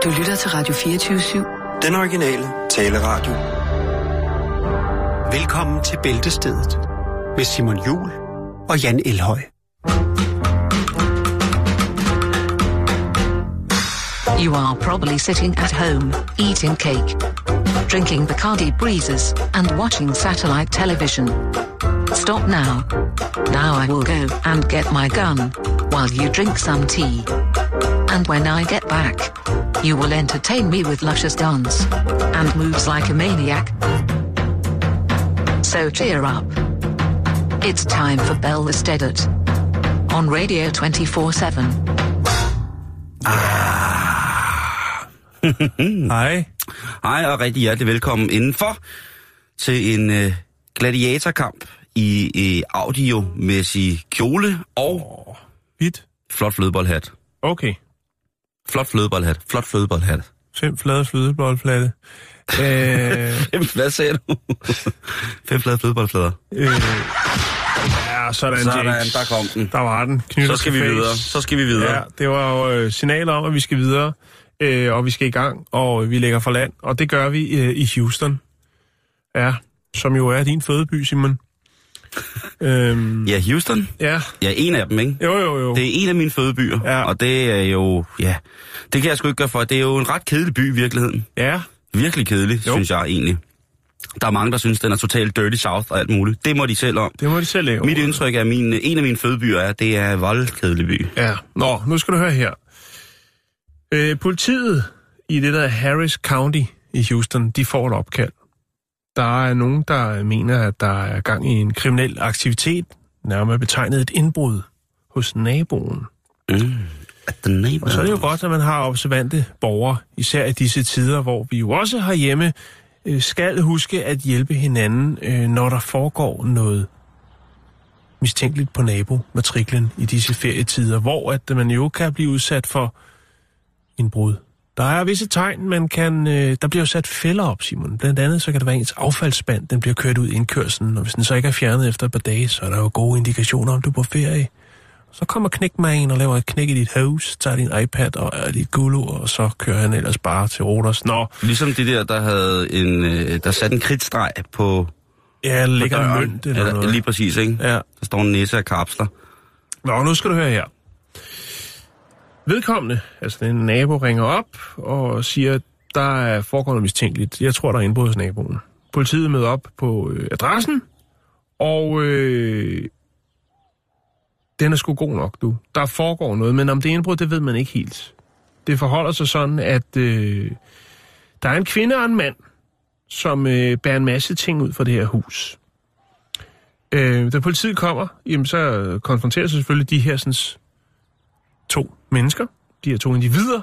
Du lytter til Radio 24/7. Den originale taleradio. Velkommen til Bæltestedet med Simon Juhl og Jan Elhøj. You are probably sitting at home, eating cake, drinking Bacardi breezes, and watching satellite television. Stop now. Now I will go and get my gun, while you drink some tea. And when I get back, you will entertain me with luscious dance and moves like a maniac. So cheer up. It's time for Bæltestedet on Radio 24/7. Hej. Hej og rigtig hjertelig velkommen indenfor til en gladiatorkamp i audiomæssig kjole og Hvidt. flot flødeboldhat. Okay. Flot flødeboldhat. 5 flade flødeboldflatte. Hvad sagde du? 5 flade flødeboldflader. Ja, sådan der kom den. Der var den. Så skal vi videre. Ja, det var jo signaler om, at vi skal videre, og vi skal i gang, og vi lægger for land. Og det gør vi i Houston. Ja, som jo er din fødeby, Simon. Ja, Houston? Ja. Ja, en af dem, ikke? Jo. Det er en af mine fødebyer, ja. Og det er jo, ja, det kan jeg sgu ikke gøre for. Det er jo en ret kedelig by i virkeligheden. Ja. Virkelig kedelig, synes jeg egentlig. Der er mange, der synes, den er totalt dirty south og alt muligt. Det må de selv om. Det må de selv lave. Mit indtryk er, at en af mine fødebyer er, det er voldkedelig by. Ja. Nå, nu skal du høre her. Politiet i det der Harris County i Houston, de får et opkald. Der er nogen, der mener, at der er gang i en kriminel aktivitet, nærmere betegnet et indbrud hos naboen. Og så er det jo godt, at man har observante borgere, især i disse tider, hvor vi jo også herhjemme skal huske at hjælpe hinanden, når der foregår noget mistænkeligt på nabomatriklen i disse ferietider, hvor at man jo kan blive udsat for indbrud. Der er visse tegn, man kan... Der bliver jo sat fælder op, Simon. Blandt andet så kan det være ens affaldsspand, den bliver kørt ud i indkørslen, og hvis den så ikke er fjernet efter et par dage, så er der jo gode indikationer, om du er på ferie. Så kommer knækmagen og laver et knæk i dit hus, tager din iPad og dit gulu, og så kører han ellers bare til Roters. Nå. Ligesom det der havde der satte en kridtstreg på... Ja, der ligger en mønt eller noget. Lige præcis, ikke? Ja. Der står en næse af kapsler. Nå, nu skal du høre her. Vedkommende, altså den nabo, ringer op og siger, at der er foregået noget mistænkeligt. Jeg tror, der er indbrud hos naboen. Politiet møder op på adressen, og den er sgu god nok, du. Der foregår noget, men om det er indbrud, det ved man ikke helt. Det forholder sig sådan, at der er en kvinde og en mand, som bærer en masse ting ud fra det her hus. Da politiet kommer, jamen, så konfronterer sig selvfølgelig de her sådan, 2 mennesker, de her 2 individer,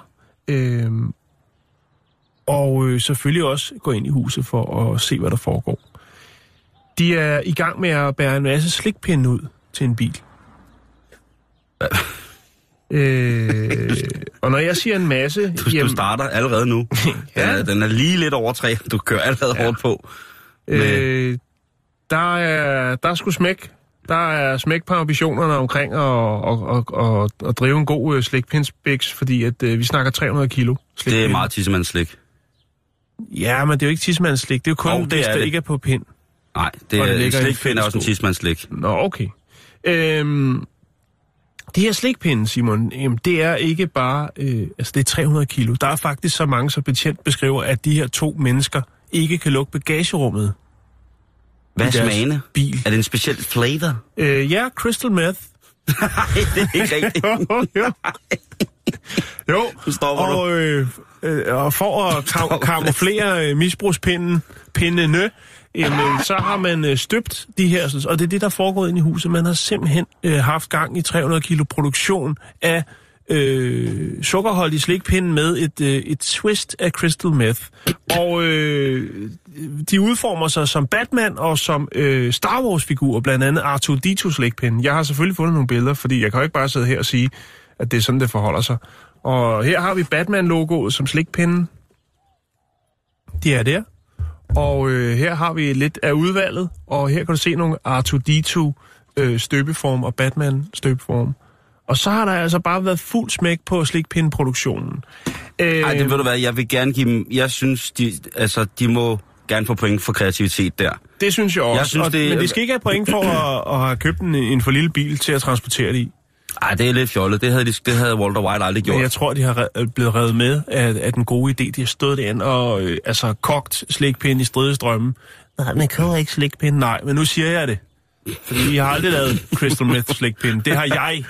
og selvfølgelig også gå ind i huset for at se, hvad der foregår. De er i gang med at bære en masse slikpinde ud til en bil. Og når jeg siger en masse... Du starter allerede nu. Ja. Den er lige lidt over 3. Du kører allerede hårdt på. Der er sgu smæk. Der er smæk på ambitionerne omkring at drive en god slikpindsbiks, fordi at vi snakker 300 kilo slikpind. Det er meget tissemandsslik. Ja, men det er jo ikke tissemandsslik. Det er jo kun, hvis det ikke er på pind. Nej, slikpind er også en tissemandsslik. Nå, okay. Det her slikpinde, Simon, det er ikke bare... det er 300 kilo. Der er faktisk så mange, som betjent beskriver, at de her 2 mennesker ikke kan lukke bagagerummet. Hvad er smagene? Bil. Er det en speciel flavor? Ja, crystal meth. Nej, det er ikke rigtigt. Jo, nu stopper du. Og for at kamuflere misbrugspindene, så har man støbt de her, og det er det, der er foregået inde i huset. Man har simpelthen haft gang i 300 kilo produktion af sukkerholdig slikpinde med et twist af crystal meth. Og de udformer sig som Batman og som Star Wars-figurer, blandt andet R2-D2 slikpinde. Jeg har selvfølgelig fundet nogle billeder, fordi jeg kan jo ikke bare sidde her og sige, at det er sådan, det forholder sig. Og her har vi Batman-logoet som slikpinde. De er der. Og her har vi lidt af udvalget, og her kan du se nogle R2-D2 støbeform og Batman-støbeform. Og så har der altså bare været fuld smæk på slikpindeproduktionen. Ej, det ved du hvad, jeg vil gerne give dem... Jeg synes, de må gerne få point for kreativitet der. Det synes jeg også. Jeg synes, men de skal ikke have point for at have købt en for lille bil til at transportere det i. Ej, det er lidt fjollet. Det havde Walter White aldrig gjort. Men jeg tror, de har blevet revet med af den gode idé. De har stået derinde og kogt slikpinde i stridestrømmen. Nej, man køber ikke slikpinde. Nej, men nu siger jeg det. Fordi jeg har aldrig lavet crystal meth slikpinde. Det har jeg.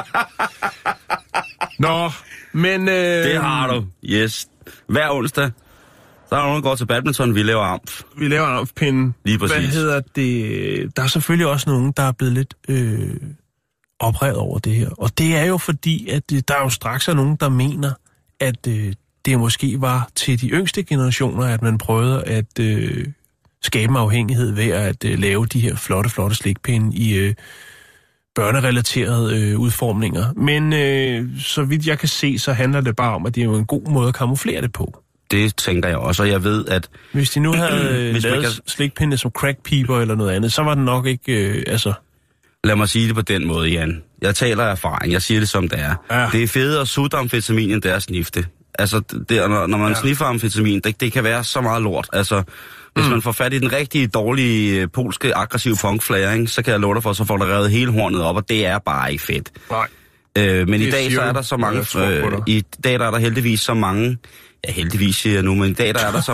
Nå, men... Det har du, yes. Hver onsdag, så er der nogen, der går til badminton, vi laver amf. Vi laver amfpinde. Lige præcis. Hvad hedder det? Der er selvfølgelig også nogen, der er blevet lidt oprevet over det her. Og det er jo fordi, at der er jo straks er nogen, der mener, at det måske var til de yngste generationer, at man prøvede at skabe en afhængighed ved at lave de her flotte slikpinde i børnerelaterede udformninger. Men så vidt jeg kan se, så handler det bare om, at det er jo en god måde at kamuflere det på. Det tænker jeg også, og jeg ved, at... Hvis de nu havde lavet slikpinde som crackpiber eller noget andet, så var det nok ikke, Lad mig sige det på den måde, Jan. Jeg taler af erfaring, jeg siger det som det er. Ja. Det er federe at sutte amfetamin, end det er at snifte. Altså, når man sniffer amfetamin, det kan være så meget lort. Altså, hvis man får fat i den rigtige, dårlige, polske, aggressive punkflaring, så kan jeg love dig for, så får der revet hele hornet op, og det er bare ikke fedt. Nej. Men i dag så er der så mange... I dag der er der heldigvis så mange... Ja, heldigvis siger jeg nu, men i dag der er der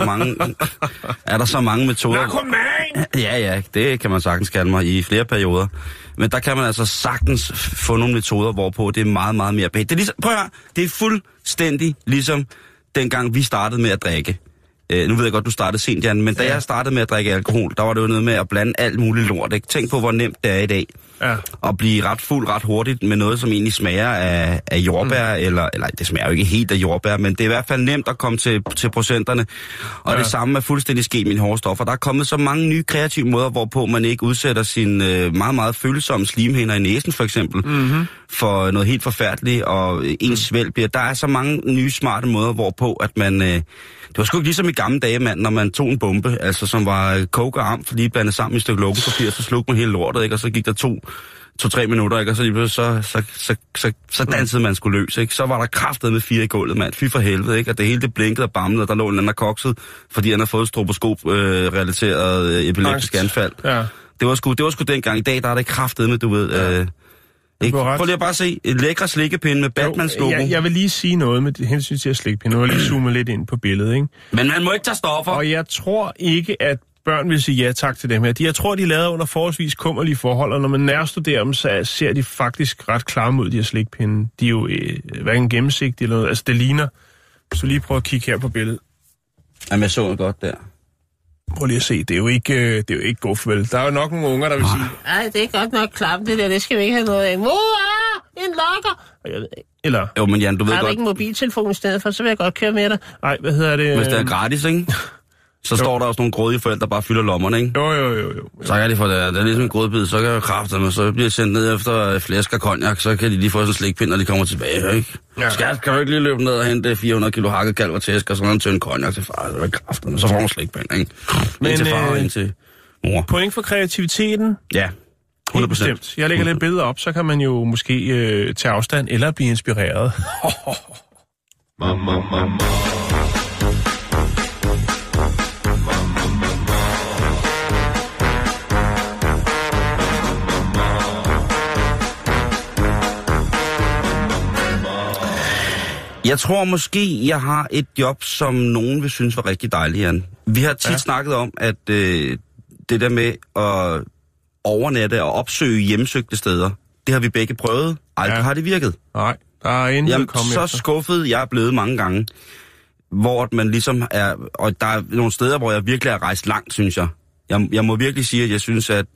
så mange metoder... Narkoman! Ja, det kan man sagtens kalde mig i flere perioder. Men der kan man altså sagtens få nogle metoder, hvorpå det er meget, meget mere behageligt. Det er ligesom, prøv at høre, det er fuldstændig ligesom dengang vi startede med at drikke. Nu ved jeg godt, du startede sent, Jan, men da jeg startede med at drikke alkohol, der var det jo noget med at blande alt muligt lort. Ikke? Tænk på, hvor nemt det er i dag. Ja. At blive ret fuld ret hurtigt med noget, som egentlig smager af jordbær, eller det smager jo ikke helt af jordbær, men det er i hvert fald nemt at komme til procenterne. Og det samme er fuldstændig sket med mine hårstoffer. Der er kommet så mange nye kreative måder, hvorpå man ikke udsætter sine meget, meget følsomme slimhinder i næsen, for eksempel, for noget helt forfærdeligt, og ens svælg bliver... Der er så mange nye, smarte måder, hvorpå at man... Det var sgu ikke ligesom i gamle dage, mand, når man tog en bombe, altså som var coke og amf, lige blandet sammen i et stykke lokumspapir, så slugte man hele lortet, ikke? Og så gik der 2-3 minutter, ikke? Og så dansede man sgu løs, ikke? Så var der kraftet med 4 i gulvet, mand. Fy for helvede, ikke? Og det hele det blinkede og bamlede, og der lå en anden kokset, fordi han har fået stroboskop-relateret epileptisk anfald. Ja. Det var sgu dengang. I dag, der er det kraftet med, du ved... Ja. Prøv lige at bare se en lækre slikkepinde med Batmans logo. Jeg vil lige sige noget med hensyn til at slikkepinde. Nu vil jeg lige zoome lidt ind på billedet, ikke? Men man må ikke tage stoffer. Og jeg tror ikke, at børn vil sige ja tak til dem her. Jeg tror, de er lavet under forholdsvis kummerlige forhold, og når man nærstuderer dem, så ser de faktisk ret klamme ud, de her slikpinde. De er jo hverken gennemsigtige eller noget. Altså, det ligner... Så lige prøv at kigge her på billedet. Jamen, jeg så det godt der. Prøv lige at se, det er jo ikke godt vel. Der er jo nok nogle unger, der vil sige, nej, det er godt nok klamt det der, det skal vi ikke have noget af. Mor, en lokker! Eller, jo, men Jan, du ved godt... Har du ikke en mobiltelefon i stedet for, så vil jeg godt køre med dig. Nej, hvad hedder det? Hvis det er gratis, ikke? Så står der også nogle grådige forældre, der bare fylder lommerne, ikke? Jo. Så kan de få det. Det er ligesom en grådbid, så kan jeg kræfte dem, og så bliver sendt ned efter flæsk og cognac, så kan de lige få sådan en slikpind, når de kommer tilbage, ikke? Ja. Skat, kan du ikke lige løbe ned og hente 400 kilo hakket kalv og tæsk, og sådan en tynd cognac til far, så er kræften, så får du slikpind, ikke? Men, ind til far og ind til mor. Point for kreativiteten? Ja. 100%. Bestemt. Jeg lægger lidt billeder op, så kan man jo måske tage afstand eller blive inspireret. Jeg tror måske, jeg har et job, som nogen vil synes var rigtig dejligt, Jan. Vi har tit snakket om, at det der med at overnatte og opsøge hjemsøgte steder, det har vi begge prøvet. Aldrig har det virket. Nej, der er intet kommet så efter. Skuffet jeg er blevet mange gange, hvor man ligesom er... Og der er nogle steder, hvor jeg virkelig er rejst langt, synes jeg. Jeg må virkelig sige, at jeg synes, at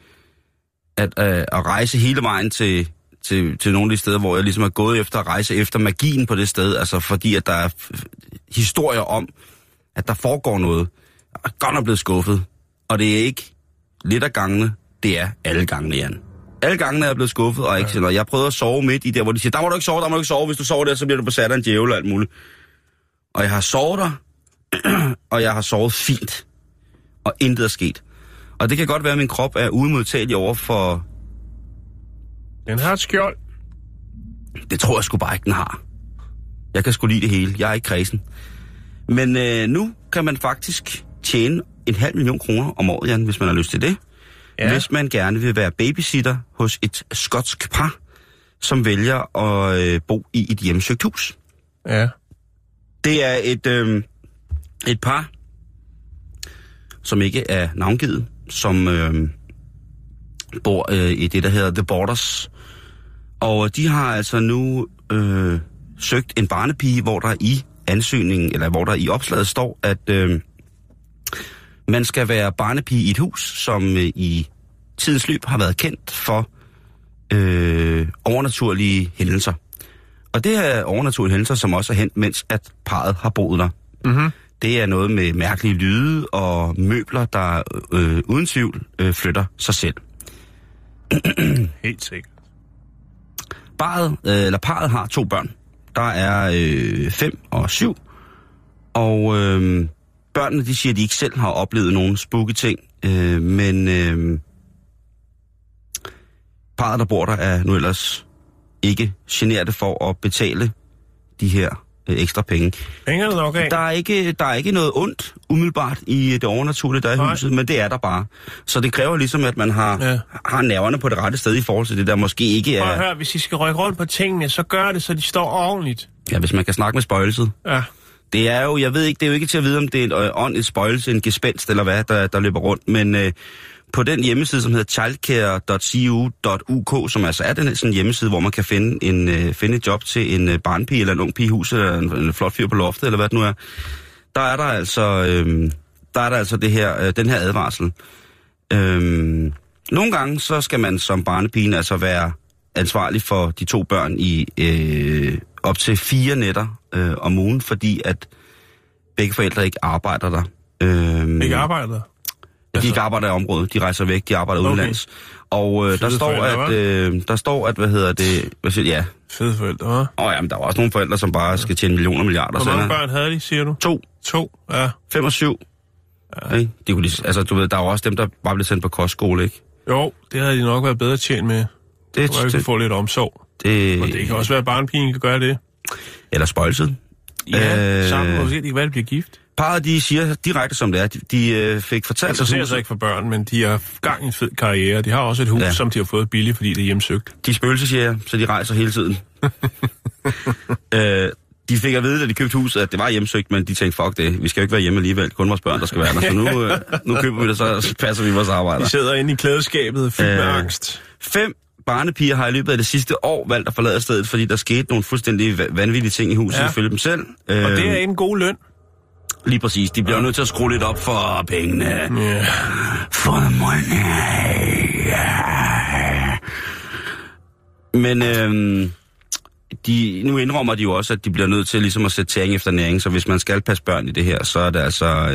rejse hele vejen til nogle af de steder, hvor jeg ligesom er gået efter at rejse efter magien på det sted, altså fordi at der er historier om, at der foregår noget. Jeg er godt nok blevet skuffet. Og det er ikke lidt af gangene, det er alle gangene, Jan. Alle gangene er jeg blevet skuffet, og ikke, og jeg prøvede at sove midt i der, hvor de siger, der må du ikke sove, hvis du sover der, så bliver du besat af en djævel og alt muligt. Og jeg har sovet der, og jeg har sovet fint, og intet er sket. Og det kan godt være, at min krop er udmodtagelig over for... Den har et skjold. Det tror jeg sgu bare ikke, den har. Jeg kan sgu lide det hele. Jeg er ikke kredsen. Men nu kan man faktisk tjene 500.000 kroner om året, Jan, hvis man har lyst til det. Ja. Hvis man gerne vil være babysitter hos et skotsk par, som vælger at bo i et hjemsøgt hus. Ja. Det er et par, som ikke er navngivet, som bor i det, der hedder The Borders. Og de har altså nu søgt en barnepige, hvor der i ansøgningen, eller hvor der i opslaget står, at man skal være barnepige i et hus, som i tidens løb har været kendt for overnaturlige hændelser. Og det er overnaturlige hændelser, som også er hændt, mens at parret har boet der. Mm-hmm. Det er noget med mærkelige lyde og møbler, der uden tvivl flytter sig selv. Helt sikkert. Parret har 2 børn. Der er 5 og 7. Og børnene, de siger, at de ikke selv har oplevet nogen spooky ting. Men parret, der bor der, er nu ellers ikke generte for at betale de her ekstra penge. Penge er det nok af. Der er ikke noget ondt umiddelbart i det overnaturlige, der er i huset, men det er der bare. Så det kræver ligesom, at man har nerverne på det rette sted i forhold til det, der måske ikke er... Prøv at høre, hvis I skal rykke rundt på tingene, så gør det, så de står ordentligt. Ja, hvis man kan snakke med spøjelset. Ja. Det er jo, jeg ved ikke, det er jo ikke til at vide, om det er et spøjelse, en gespenst eller hvad, der løber rundt, men på den hjemmeside, som hedder childcare.cu.uk, som altså er sådan en hjemmeside, hvor man kan finde et job til en barnepige eller en ung pige i huset, eller en flot fyr på loftet, eller hvad det nu er, der er der altså den her advarsel. Nogle gange, så skal man som barnepigen altså være ansvarlig for de 2 børn i op til 4 nætter om ugen, fordi at begge forældre ikke arbejder der. Ikke arbejder? De ikke arbejder i området, de rejser væk, de arbejder udenlands. Og der står, at, ja. Fede forældre, hva'? Jamen, der er også nogle forældre, som bare skal tjene millioner og milliarder. Hvor mange børn havde de, siger du? 2, ja. 5 og 7. Ja. De kunne du ved, der er jo også dem, der bare blev sendt på kostskole, ikke? Jo, det havde de nok været bedre tjent med. Det kunne få lidt omsorg. Og det kan også være, at barnepigen kan gøre det. Eller spøjelset. Ja, sammen måske, det kan være, at de bliver gift. Parret, de siger direkte som det er. De fik fortalt... Altså, ser sig ikke for børn, men de har gang i en fed karriere. De har også et hus, som de har fået billigt, fordi det er hjemsøgt. De spøgelsesjæger, så de rejser hele tiden. De fik at vide, da de købte huset, at det var hjemsøgt, men de tænkte, fuck det, vi skal jo ikke være hjemme alligevel. Kun vores børn, der skal være der. Så nu køber vi det, så passer vi vores arbejde. De sidder inde i klædeskabet, fyldt med angst. 5 barnepiger har i løbet af det sidste år valgt at forlade stedet, fordi der skete nogle fuldstændig vanvittige ting i huset, ifølge dem selv. Og det er en god løn. Lige præcis. De bliver nødt til at skrue lidt op for pengene. Yeah. For the money. Men nu indrømmer de jo også, at de bliver nødt til ligesom at sætte tæring efter næring, så hvis man skal passe børn i det her, så er det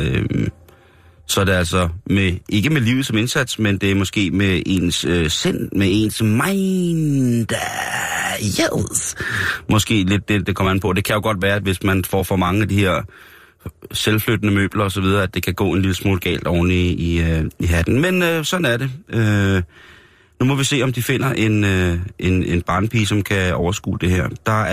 altså, ikke med livet som indsats, men det er måske med ens sind, med ens mind. Yes. Måske lidt det kommer an på. Det kan jo godt være, at hvis man får for mange af de her selvflyttende møbler og så videre, at det kan gå en lille smule galt oven i hatten. Men sådan er det. Nu må vi se, om de finder en barnepige, som kan overskue det her.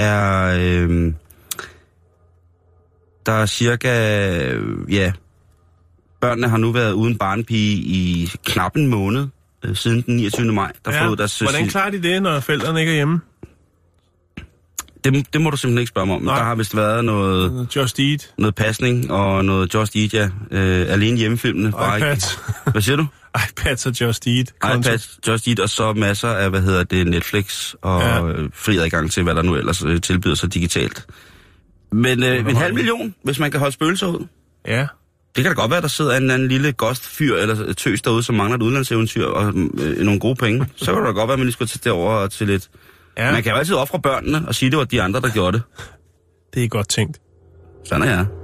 Der er cirka, børnene har nu været uden barnepige i knap en måned, siden den 29. maj. Hvordan klarer de det, når forældrene ikke er hjemme? Det må du simpelthen ikke spørge mig om. Nej. Der har vist været noget Just Eat. Noget pasning og noget Just Eat, ja. Alene hjemmefilmene. iPads. Hvad siger du? iPads og Just Eat. iPads, Just Eat, og så masser af, Netflix og fri adgang til, hvad der nu ellers tilbyder sig digitalt. Men 500.000, hvis man kan holde spøgelser ud. Ja. Det kan da godt være, der sidder en anden lille gostfyr eller tøs derude, som mangler et udlandseventyr og nogle gode penge. Så kan det da godt være, at man lige skulle tage det over til lidt... Ja. Man kan jo altid ofre børnene og sige, det var de andre, der gjorde det. Det er godt tænkt. Sådan er jeg.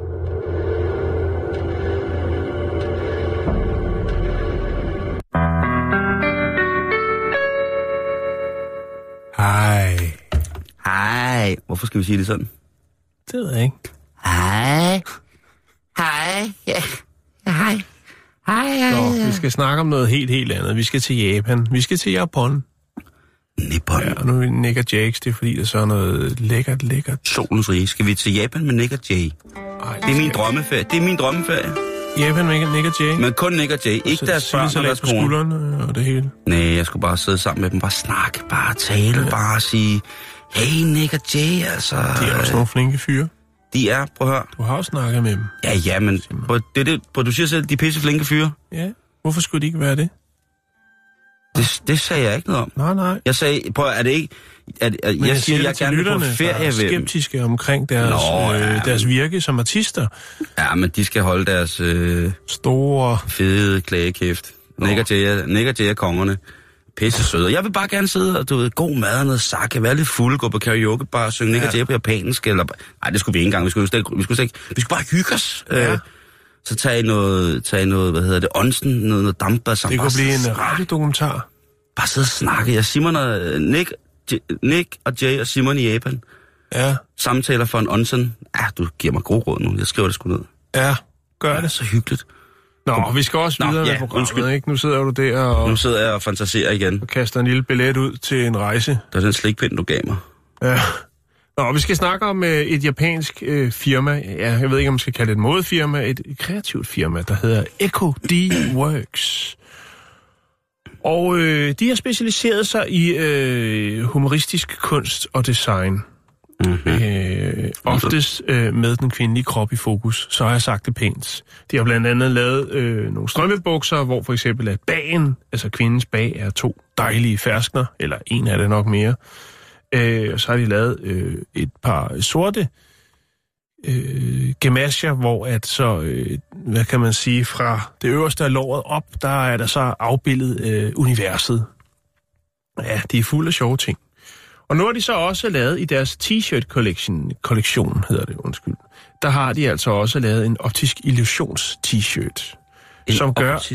Hej. Hej. Hvorfor skal vi sige det sådan? Det ved jeg ikke. Hej. Hej. Ja. Hej. Hej. Nå, vi skal snakke om noget helt andet. Vi skal til Japan. Vi skal til Japan. Nippon. Ja, og nu er vi Nick og Jakes, det er fordi, der så er noget lækkert. Solens rige. Skal vi til Japan med Nick og Jay? Ej, Det er min drømmeferie. Japan med Nick og Jay? Men kun Nick og Jay. Ikke deres børn og deres på kone. skuldrene og det hele. Nej, jeg skulle bare sidde sammen med dem. Bare snakke, bare tale, bare sige... Hey, Nick og Jay, altså... De er også nogle flinke fyre. De er, prøv at høre. Du har jo snakket med dem. Ja, men du siger selv, de er pisse flinke fyre. Ja, hvorfor skulle de ikke være det? Det sagde jeg ikke noget om. Nej. Jeg sagde, prøv at, er det ikke... Jeg siger, jeg gerne vil på ferie ved dem. Skeptiske omkring deres virke som artister. Ja, men de skal holde deres... Store... fede klagekæft. Nick og Jay er kongerne. Pisse søde. Jeg vil bare gerne sidde og, du ved, god mad og noget sake, være lidt fuld, gå på karaoke, bare synge Nick og Jay på japansk, eller... Nej, det skulle vi ikke engang. Vi skulle bare hygge os. Ja. Så tage noget, hvad hedder det, onsen, noget damper. Det kunne blive en radiodokumentar. Bare sidde og snakke. Jeg Simon og Nick og Jay og Simon i Japan. Ja. Samtaler for en onsen. Ja, du giver mig gode råd nu. Jeg skriver det sgu ned. Ja, gør det. Så hyggeligt. Nå, vi skal også videre med programmet, ikke? Nu sidder du der og... Nu sidder jeg og fantaserer igen. Og kaster en lille billet ud til en rejse. Der er den slikpind, du gav mig. Ja. Nå, vi skal snakke om et japansk firma. Ja, jeg ved ikke, om man skal kalde det et modefirma. Et kreativt firma, der hedder Echo D-Works. Og de har specialiseret sig i humoristisk kunst og design. Mm-hmm. Oftest med den kvindelige krop i fokus, så har jeg sagt det pænt. De har blandt andet lavet nogle strømmebukser, hvor for eksempel at bagen, altså kvindens bag, er 2 dejlige ferskner, eller en af det nok mere. Og så har de lavet et par sorte gemasjer, hvor at så, hvad kan man sige, fra det øverste af låret op, der er der så afbildet universet. Ja, de er fulde af sjove ting. Og nu har de så også lavet i deres t-shirt-kollektion, hedder det, undskyld. Der har de altså også lavet en optisk illusions-t-shirt. Som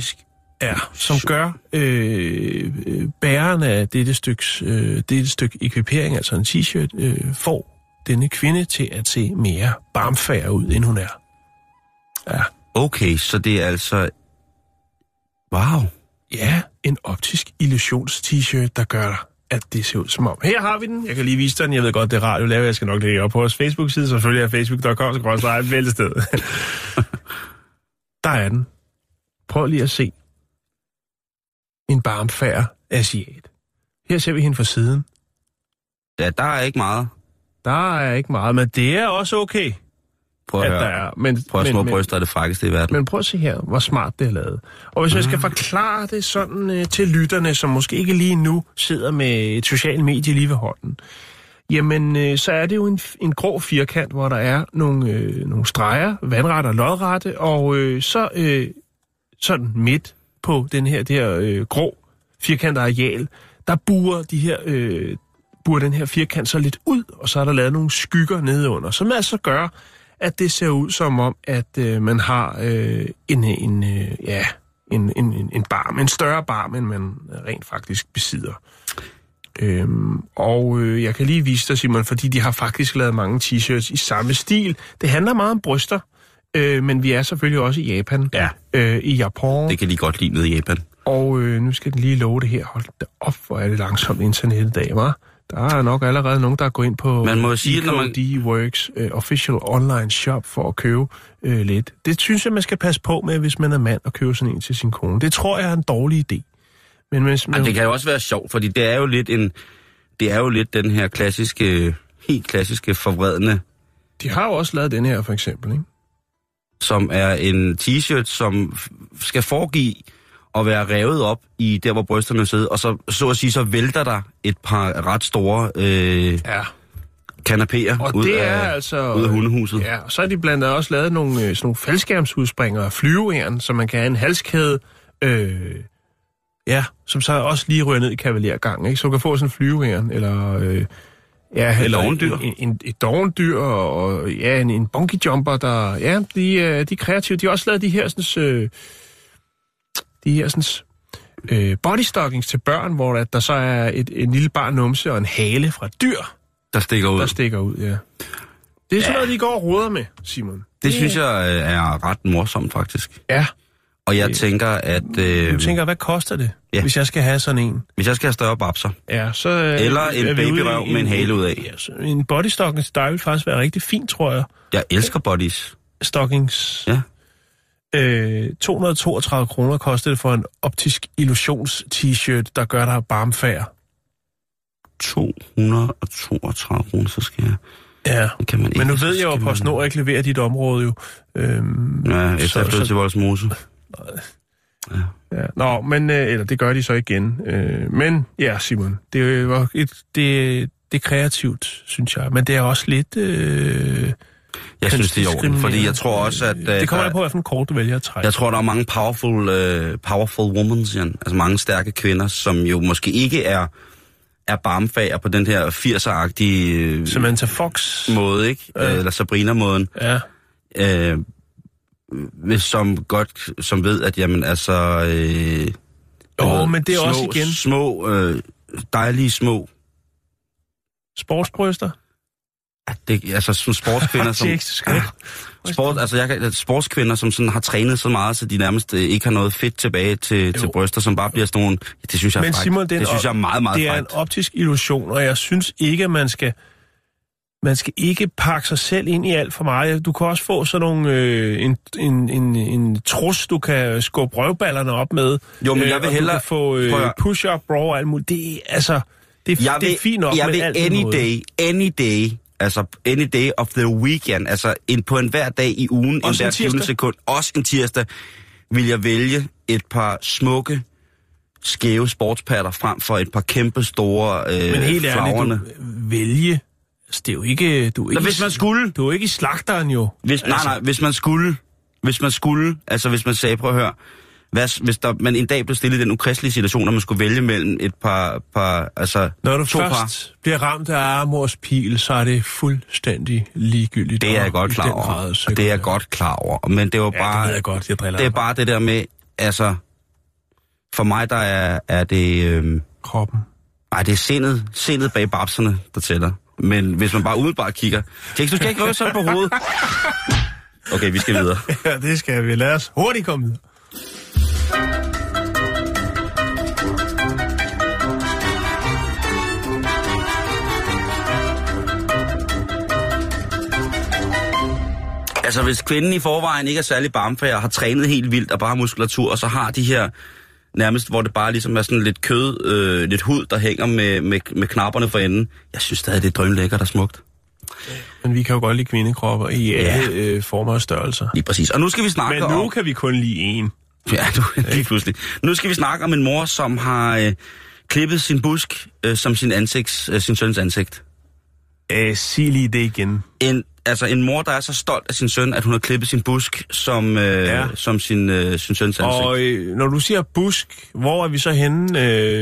gør bæreren af dette stykke ekvipering, altså en t-shirt, får denne kvinde til at se mere barmfærd ud, end hun er. Ja. Okay, så det er altså... Wow. Ja, en optisk illusions-t-shirt, der gør at det ser ud som om. Her har vi den. Jeg kan lige vise den. Jeg ved godt, det er radio lavet. Jeg skal nok lægge op på vores Facebook-side. Selvfølgelig er facebook.com/væltested. Der er den. Prøv lige at se. En barmfærd asiat. Her ser vi hende fra siden. Ja, der er ikke meget. Der er ikke meget, men det er også okay. Prøv at høre. Små bryster er det frækkeste i verden. Men prøv at se her, hvor smart det er lavet. Og hvis jeg skal forklare det sådan til lytterne, som måske ikke lige nu sidder med et socialt medie lige ved hånden, jamen så er det jo en grå firkant, hvor der er nogle streger, vandrette og lodrette, og så sådan midt på det her grå firkant areal, der buer den her firkant så lidt ud, og så er der lavet nogle skygger nedenunder, som altså gør, at det ser ud som om, at man har en barm, en større barm, end man rent faktisk besidder. Jeg kan lige vise dig, Simon, fordi de har faktisk lavet mange t-shirts i samme stil. Det handler meget om bryster, men vi er selvfølgelig også i Japan. Ja. I Japan. Det kan de godt lide nede i Japan. Og nu skal den lige love det her. Hold da op, hvor er det langsomt internet i dag, hva'? Der er nok allerede nogen, der går ind på D-Works official online shop for at købe lidt. Det synes jeg, man skal passe på med, hvis man er mand og køber sådan en til sin kone. Det tror jeg er en dårlig idé. Men det kan jo også være sjovt, fordi det er jo lidt den her helt klassiske forvredende. De har jo også lavet den her, for eksempel, ikke? Som er en t-shirt, som skal foregive at være revet op i der, hvor brysterne sidder, og så at sige, så vælter der et par ret store kanapéer ud af hundehuset. Ja, og så har de blandt andet også lavet sådan nogle faldskærmsudspringere af flyveæren, så man kan have en halskæde, som så også lige ryger ned i kavalergangen, ikke? Så du kan få sådan en flyveæren, eller et dovendyr, og en bungee jumper, der, de er kreative. De har også lavet de her bodystockings til børn, hvor der så er en lille barn numse og en hale fra dyr, der stikker ud. Ja. Det er sådan noget, de går og roder med, Simon. Det synes jeg er ret morsomt, faktisk. Ja. Og jeg tænker, at... Du tænker, hvad koster det, hvis jeg skal have sådan en? Hvis jeg skal have større babser. Ja, så... Eller en babyrøv med en hale ud af. Ja, en bodystocking til dig vil faktisk være rigtig fint, tror jeg. Jeg elsker bodies. Stockings. Ja. 232 kroner koster det for en optisk illusions-t-shirt, der gør dig barmfærd. 232 kroner, så skal jeg... Ja, kan man ikke, men nu ved jeg jo, at PostNord ikke leverer dit område jo. Ja, efter jeg flyttede til Vollsmose. Ja. Nå, men eller det gør de så igen. Men ja, Simon, det var det er kreativt, synes jeg. Men det er også lidt... jeg synes, det er ordentligt, fordi jeg tror også, at... det kommer an på, hvilken kort du vælger at trække. Jeg tror, der er mange powerful women, altså mange stærke kvinder, som jo måske ikke er barmfager på den her 80'er-agtige... Samantha Fox. Måde, ikke? Eller Sabrina-måden. Ja. Som ved, at jamen altså... men det er også igen... Dejlige små... Sportsbryster? Altså som sportskvinder, sportskvinder, som sådan har trænet så meget, så de nærmest ikke har noget fedt tilbage til bryster, som bare bliver sådan nogle... Det synes jeg er frækt. Simon, det synes jeg er meget, meget frækt. Det er en optisk illusion, og jeg synes ikke, at man skal ikke pakke sig selv ind i alt for meget. Du kan også få sådan nogle... en trus, du kan skubbe røvballerne op med. Jo, men jeg vil hellere... Du kan få push-up, bra og alt muligt. Det er altså... Det er fint nok med alt any day, altså any day of the weekend, altså på en hver dag i ugen, også en hver 20 sekund, også en tirsdag, vil jeg vælge et par smukke, skæve sportspatter frem for et par kæmpe store men helt ærligt, du vælge, altså, det er jo ikke... hvis man skulle... Du er ikke i slagteren jo. Nej, hvis man skulle, altså hvis man sagde, prøv at høre, hvis man en dag blev stillet i den ukristelige situation, at man skulle vælge mellem et par altså når du først bliver ramt af Amors pil, så er det fuldstændig ligegyldigt. Det er jeg godt klar over. Det er jeg godt klar over. Men det var bare... det ved jeg godt, jeg driller. Det er bare det der med, altså... For mig, der er det... kroppen. Nej, det er sindet bag babserne, der tæller. Men hvis man bare umiddelbart kigger... Kæks, du skal ikke røve sådan på hovedet. Okay, vi skal videre. Ja, det skal vi. Lad os hurtigt komme videre. Altså, hvis kvinden i forvejen ikke er særlig barmfærd, har trænet helt vildt og bare har muskulatur, og så har de her nærmest, hvor det bare ligesom er sådan lidt kød, lidt hud, der hænger med knapperne for enden. Jeg synes stadig, det er drømlækkert og smukt. Men vi kan jo godt lide kvindekropper i alle former og størrelser. Lige præcis. Og nu skal vi snakke om... Men nu kan vi kun lide en. Ja, lige pludselig. Nu skal vi snakke om en mor, som har klippet sin busk som sin søns ansigt. Sig lige det igen. En mor, der er så stolt af sin søn, at hun har klippet sin busk som sin søns ansigt. Og når du siger busk, hvor er vi så henne?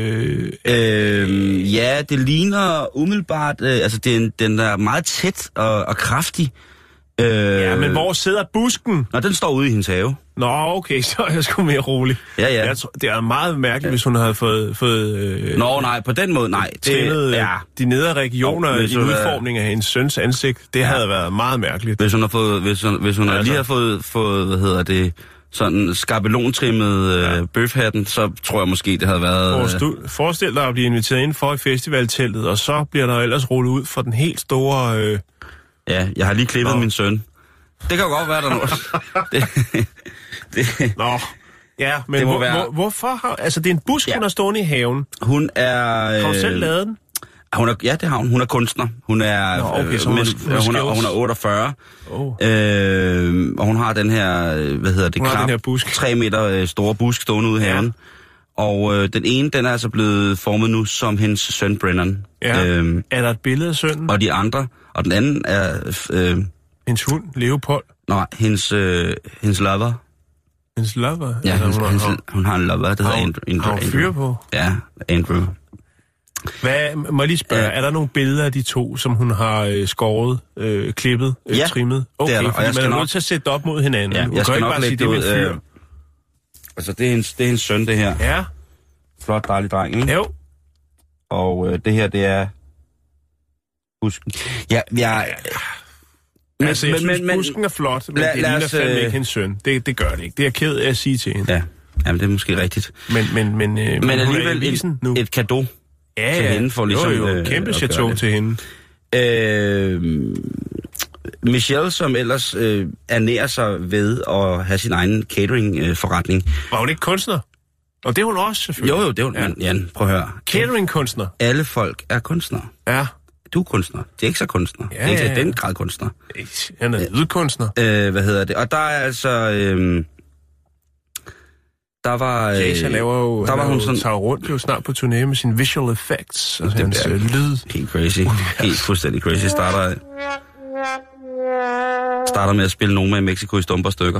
Ja, det ligner umiddelbart... altså, den er meget tæt og kraftig. Ja, men hvor sidder busken? Nå, den står ude i hendes have. Nå, okay, så er jeg sgu mere rolig. Ja. Det er meget mærkeligt, hvis hun havde fået Nå, nej, på den måde, nej. De nedre regioner i udformningen af hendes søns ansigt, det havde været meget mærkeligt. Hvis hun har fået, hvis hun lige har fået, hvad hedder det, sådan skabelontrimmet bøfhatten, så tror jeg måske, det havde været... Forestil dig at blive inviteret indenfor i festivalteltet, og så bliver der ellers rullet ud for den helt store... Ja, jeg har lige klippet min søn. Det kan jo godt være, der er noget. Nå, ja, men hvorfor har... Altså, det er en busk, hun har stående i haven. Hun er... Har hun selv lavet den? Ja, det har hun. Hun er kunstner. Hun er... Nå, okay, så hun er 48. Og hun har den her, knap 3 meter store busk stående ude i haven. Og den ene, den er altså blevet formet nu som hendes søn Brennan. Ja. Er der et billede af sønnen? Og de andre... Og den anden er... hendes hund, Leopold? Nej, hendes lover. Hendes lover? Ja, hun har en lover, der hedder Andrew. Har hun fyr på? Ja, Andrew. Må jeg lige spørge, er der nogle billeder af de to, som hun har skåret, klippet, trimmet? Okay, det er der, og jeg skal man er nødt til at sætte det op mod hinanden. Ja, jeg skal nok lægge det ud. Altså, det er hendes søn, det her. Ja. Flot, dejlig dreng, ikke? Jo. Og det her, det er... Husken. Ja, Altså, jeg synes, busken er flot, men det ligner fandme ikke hendes søn. Det gør det ikke. Det er jeg ked af at sige til hende. Ja, jamen det er måske rigtigt. Men alligevel et cadeau til hende for ligesom... Jo, kæmpe chateau til hende. Michelle, som ellers ernærer sig ved at have sin egen catering-forretning. Var hun ikke kunstner? Og det er hun også, selvfølgelig. Jo, det er hun. Ja. Men Jan, prøv at høre. Catering-kunstner? Alle folk er kunstnere. Ja. Du er kunstner. Det er ikke så kunstner. Ja, det er ikke den grad kunstner. Han er lydkunstner. Hvad hedder det? Og der er altså... der var... Jason laver jo... Der var hun sådan... tager rundt jo snart på turné med sine visual effects. Altså hans lyd. Helt crazy. Helt fuldstændig crazy. Starter med at spille Noma i Mexico i stumper stykker.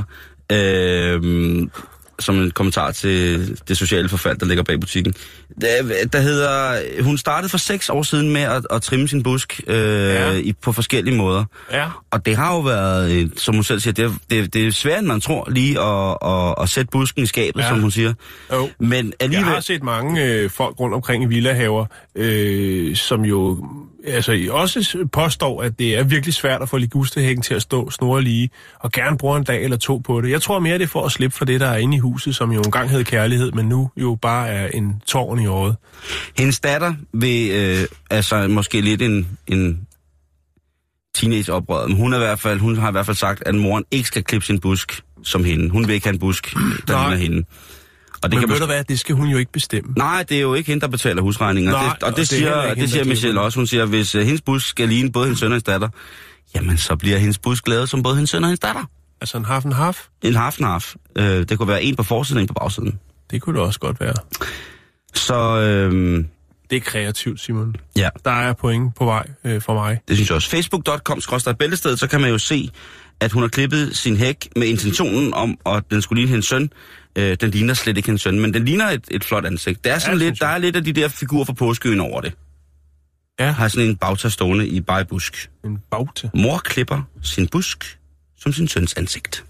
Som en kommentar til det sociale forfald, der ligger bag butikken. Der hedder... Hun startede for 6 år siden med at trimme sin busk på forskellige måder. Ja. Og det har jo været, som hun selv siger, det er svært, end man tror, lige at sætte busken i skabet, som hun siger. Oh. Men alligevel... Jeg har set mange folk rundt omkring i villahaver, som jo altså også påstår, at det er virkelig svært at få ligustehækken til at stå snorlige, og gerne bruger en dag eller 2 på det. Jeg tror mere, det er for at slippe for det, der er inde i huset, som jo engang hed kærlighed, men nu jo bare er en tårn i øjet. Hendes datter vil, altså måske lidt en teenageoprør, men hun har i hvert fald sagt, at moren ikke skal klippe sin busk som hende. Hun vil ikke have en busk, der ligner hende. Og det men ved du hvad, det skal hun jo ikke bestemme. Nej, det er jo ikke hende, der betaler husregninger. Nej, det siger Michelle også. Hun siger, at hvis hendes busk skal ligne både hendes søn og hendes datter, jamen så bliver hendes busk lavet som både hendes søn og hendes datter. Altså en half and half? En half and half. Det kunne være en på forsiden og en på bagsiden. Det kunne det også godt være. Så... det er kreativt, Simon. Ja. Der er point på vej for mig. Det synes jeg også. Facebook.com/bæltestedet, så kan man jo se, at hun har klippet sin hæk med intentionen om, at den skulle ligne hendes søn. Den ligner slet ikke hendes søn, men den ligner et flot ansigt. Det er sådan lidt, der er lidt af de der figurer fra påskeøen over det. Ja. Har sådan en bagtag stående i bare busk. En bagtag? Mor klipper sin busk som sin søns ansigt.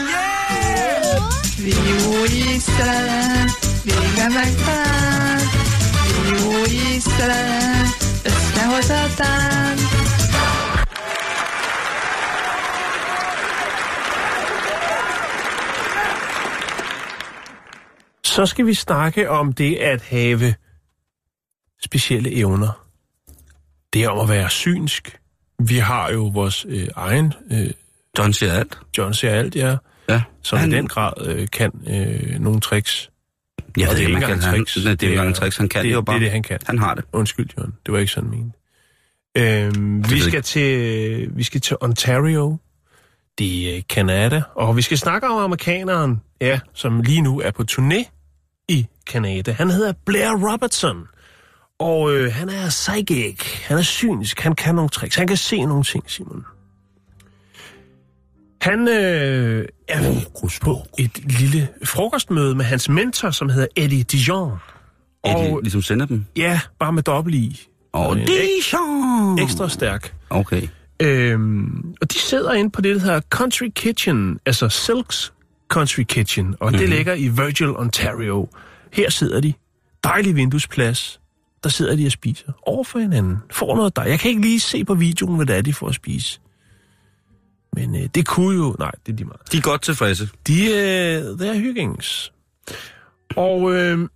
Så skal vi snakke om det at have specielle evner. Det er om at være synsk. Vi har jo vores egen... John siger alt. John siger alt, ja. Som i den grad kan nogle tricks. Ja, det er ikke engang tricks. Det er ikke engang tricks. Han kan det jo bare. Det er det, han kan. Han har det. Undskyld, John. Det var ikke sådan ment. Vi skal til Ontario. Det er Canada. Og vi skal snakke om amerikaneren, som lige nu er på turné i Canada. Han hedder Blair Robertson. Og han er psychic. Han er synsk. Han kan nogle tricks. Han kan se nogle ting, Simon. Han er på et lille frokostmøde med hans mentor, som hedder Eddie Dijon. Eddie, ligesom sender dem? Ja, bare med dobbelt i. Dijon! Ekstra stærk. Okay. Og de sidder inde på det, der hedder Country Kitchen, altså Silks Country Kitchen, og det ligger i Virgil, Ontario. Her sidder de. Dejlig vinduesplads. Der sidder de og spiser over for hinanden. Får noget der. Jeg kan ikke lige se på videoen, hvad det er, de får at spise. Men det kunne jo... Nej, det er de meget. De er godt tilfredse. De er hyggings. Og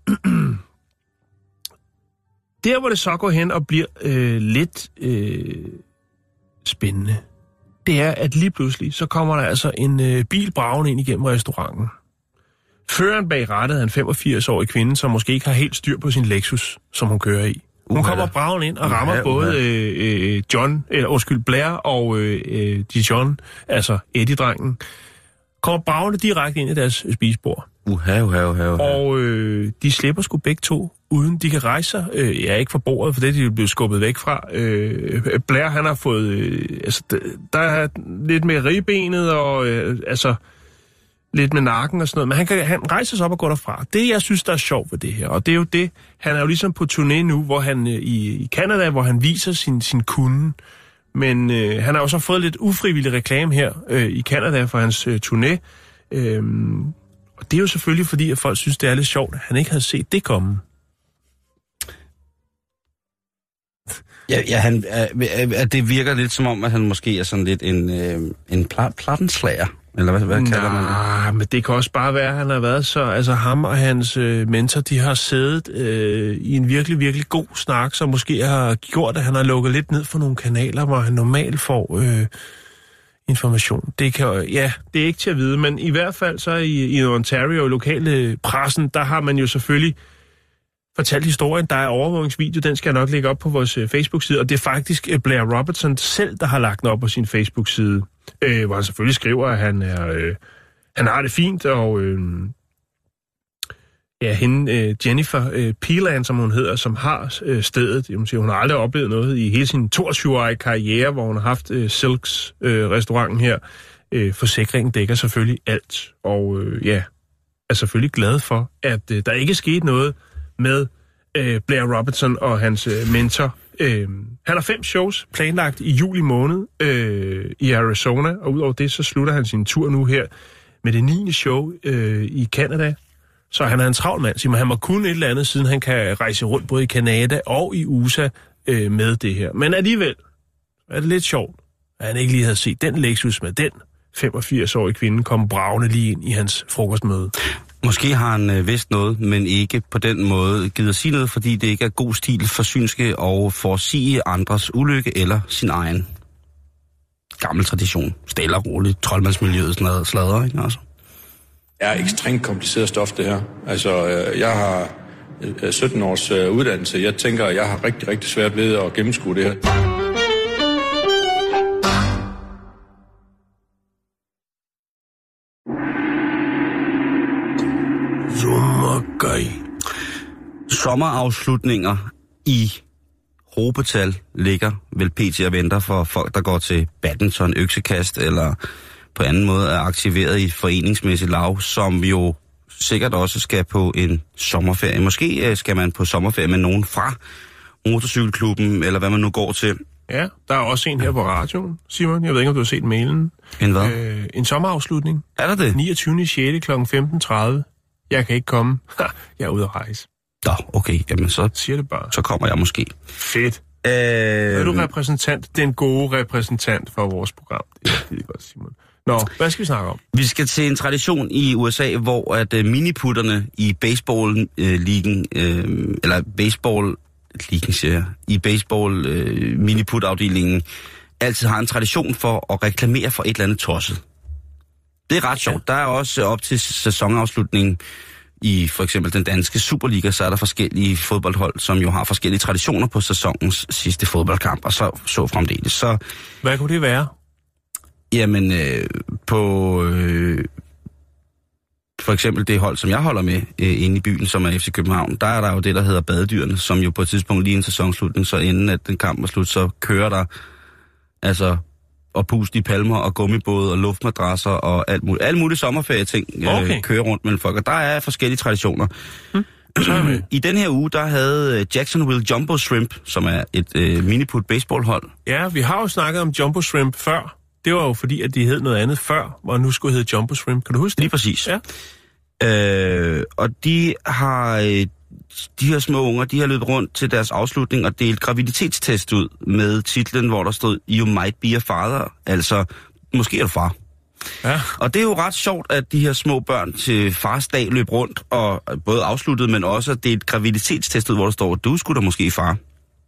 der, hvor det så går hen og bliver lidt spændende, det er, at lige pludselig, så kommer der altså en bil bragende ind igennem restauranten. Føreren bag rattet er en 85-årig kvinde, som måske ikke har helt styr på sin Lexus, som hun kører i. Hun kommer bragende ind og rammer både Blair og Dijon, altså Eddie-drengen, kommer bragende direkte ind i deres spisebord. Og de slipper sgu begge to, uden de kan rejse sig. Ikke fra bordet, for det er de blevet skubbet væk fra. Blair, han har fået... der er lidt med ribbenet og lidt med nakken og sådan noget, men han rejser sig op og går derfra. Det, jeg synes, der er sjovt ved det her, og det er jo det, han er jo ligesom på turné nu, hvor han i Canada, hvor han viser sin kunde, men han har jo så fået lidt ufrivillig reklame her i Canada for hans turné, og det er jo selvfølgelig fordi, at folk synes, det er lidt sjovt, at han ikke havde set det komme. Ja, det virker lidt som om, at han måske er sådan lidt en plattenslager. Eller hvad kalder man det? Nej, men det kan også bare være, at han har været så... Altså ham og hans mentor, de har siddet i en virkelig, virkelig god snak, som måske har gjort, at han har lukket lidt ned for nogle kanaler, hvor han normalt får information. Det er ikke til at vide, men i hvert fald så i Ontario, i lokale pressen, der har man jo selvfølgelig fortalt historien. Der er overvågningsvideo, den skal jeg nok lægge op på vores Facebook-side, og det er faktisk Blair Robertson selv, der har lagt den op på sin Facebook-side, hvor han selvfølgelig skriver, at han har det fint, og hende, Jennifer Peeland, som hun hedder, som har stedet, hun har aldrig oplevet noget i hele sin 22-årige karriere, hvor hun har haft Silks restauranten her. Forsikringen dækker selvfølgelig alt, og er selvfølgelig glad for, at der ikke skete noget med Blair Robertson og hans mentor. Han har 5 shows planlagt i juli måned i Arizona, og udover det, så slutter han sin tur nu her med det 9. show i Canada. Så han er en travl mand, Simon. Han må kunne et eller andet, siden han kan rejse rundt både i Canada og i USA med det her. Men alligevel er det lidt sjovt, at han ikke lige havde set den Lexus med den 85-årige kvinde komme bragende lige ind i hans frokostmøde. Måske har han vidst noget, men ikke på den måde givet at sige noget, fordi det ikke er god stil for synske og forudsige andres ulykke eller sin egen. Gammel tradition. Stille og roligt. Troldmandsmiljøet sådan noget sladder, ikke altså? Det er ekstremt kompliceret stof, det her. Altså, jeg har 17 års uddannelse. Jeg tænker, at jeg har rigtig, rigtig svært ved at gennemskue det her. Sommerafslutninger i hobetal ligger vel pt. Og venter for folk, der går til badminton, øksekast eller på anden måde er aktiveret i foreningsmæssigt lav, som jo sikkert også skal på en sommerferie. Måske skal man på sommerferie med nogen fra motorcykelklubben, eller hvad man nu går til. Ja, der er også en her på radioen, Simon. Jeg ved ikke, om du har set mailen. En hvad? En sommerafslutning. Er der det? 29.6. kl. 15.30. Jeg kan ikke komme. Jeg er ude at rejse. Nå, okay. Jamen så siger det bare. Så kommer jeg måske. Fedt. Er du repræsentant? Den gode repræsentant for vores program. Det er godt, Simon. Nå, hvad skal vi snakke om? Vi skal til en tradition i USA, hvor at miniputterne i baseball-ligen, eller baseball-ligen, siger jeg, i baseball-miniput-afdelingen, altid har en tradition for at reklamere for et eller andet tosset. Det er ret sjovt. Der er også op til sæsonafslutningen i for eksempel den danske Superliga, så er der forskellige fodboldhold, som jo har forskellige traditioner på sæsonens sidste fodboldkamp, og så fremdeles. Så, hvad kunne det være? Jamen, for eksempel det hold, som jeg holder med inde i byen, som er FC København, der er der jo det, der hedder Badedyrene, som jo på et tidspunkt lige en sæsonslutning, så inden at den kamp er slut, så kører der altså og puste i palmer og gummibåde og luftmadrasser og alt muligt sommerferie-ting kører rundt mellem folk. Og der er forskellige traditioner. I den her uge, der havde Jacksonville Jumbo Shrimp, som er et miniput baseballhold. Ja, vi har jo snakket om Jumbo Shrimp før. Det var jo fordi, at de hed noget andet før, og nu skulle hedde Jumbo Shrimp. Kan du huske det? Lige præcis. Ja. Og de her små unger, de har løbet rundt til deres afslutning og delt graviditetstest ud med titlen, hvor der stod, You might be a father, altså, måske er du far. Ja. Og det er jo ret sjovt, at de her små børn til fars dag løb rundt og både afsluttet, men også delt graviditetstest ud, hvor der står, du skulle da måske far.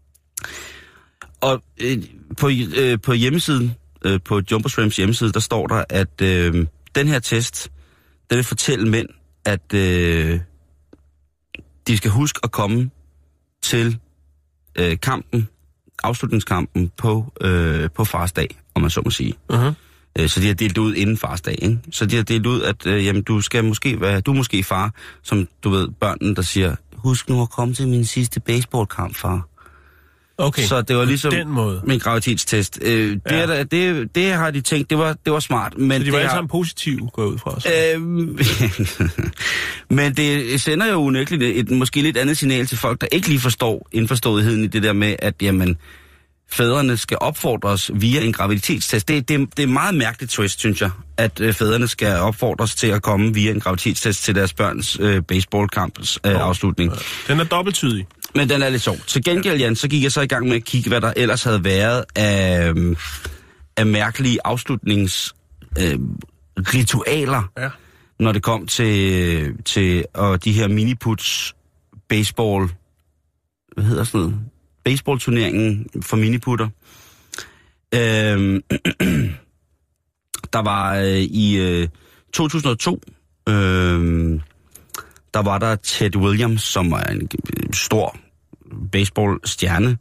Og på hjemmesiden, på Jumbo Shrimps hjemmeside, der står der, at den her test, den vil fortælle mænd, at de skal huske at komme til afslutningskampen på fars dag, om man så må sige. Uh-huh. Så de har delt ud inden fars dag, ikke? Så de har delt ud, at jamen, du er måske far, som du ved, børnene, der siger, husk nu at komme til min sidste baseballkamp, far. Okay, så det var ligesom den måde. Min graviditetstest. Det har de tænkt, det var smart. Men så de var alle sammen positive, går ud fra os. Men det sender jo unægteligt et måske lidt andet signal til folk, der ikke lige forstår indforståetheden i det der med, at jamen, fædrene skal opfordres via en graviditetstest. Det er meget mærkeligt twist, synes jeg, at fædrene skal opfordres til at komme via en graviditetstest til deres børns baseballkampens afslutning. Den er dobbelttydig. Men den er lidt sjov. Til gengæld, Jan, så gik jeg så i gang med at kigge, hvad der ellers havde været af mærkelige afslutningsritualer, når det kom til de her miniputs baseball, hvad hedder sådan noget? Baseballturneringen for miniputter. Der var i 2002, der var der Ted Williams, som var en stor baseballstjerne,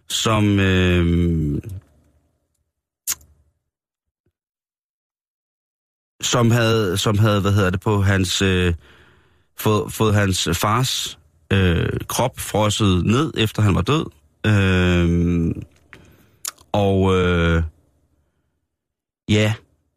som havde hvad hedder det, på hans fået hans fars krop frosset ned, efter han var død. Ja,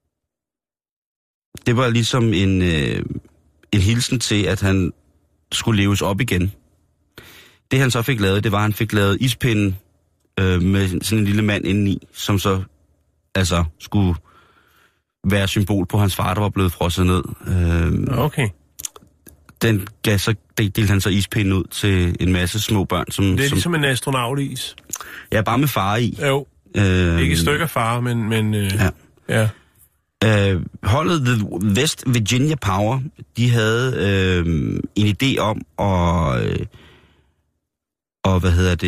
det var ligesom en hilsen til, at han skulle leves op igen. Det han så fik lavet, det var, at han fik lavet ispinden med sådan en lille mand indeni, som så altså skulle være symbol på hans far, der var blevet frosset ned. Okay. Den gav så, delte han så ispinden ud til en masse små børn. Det er ligesom en astronautis. Ja, bare med far i. Jo. Ikke et stykke af far, men ja. Holdet The West Virginia Power, de havde en idé om at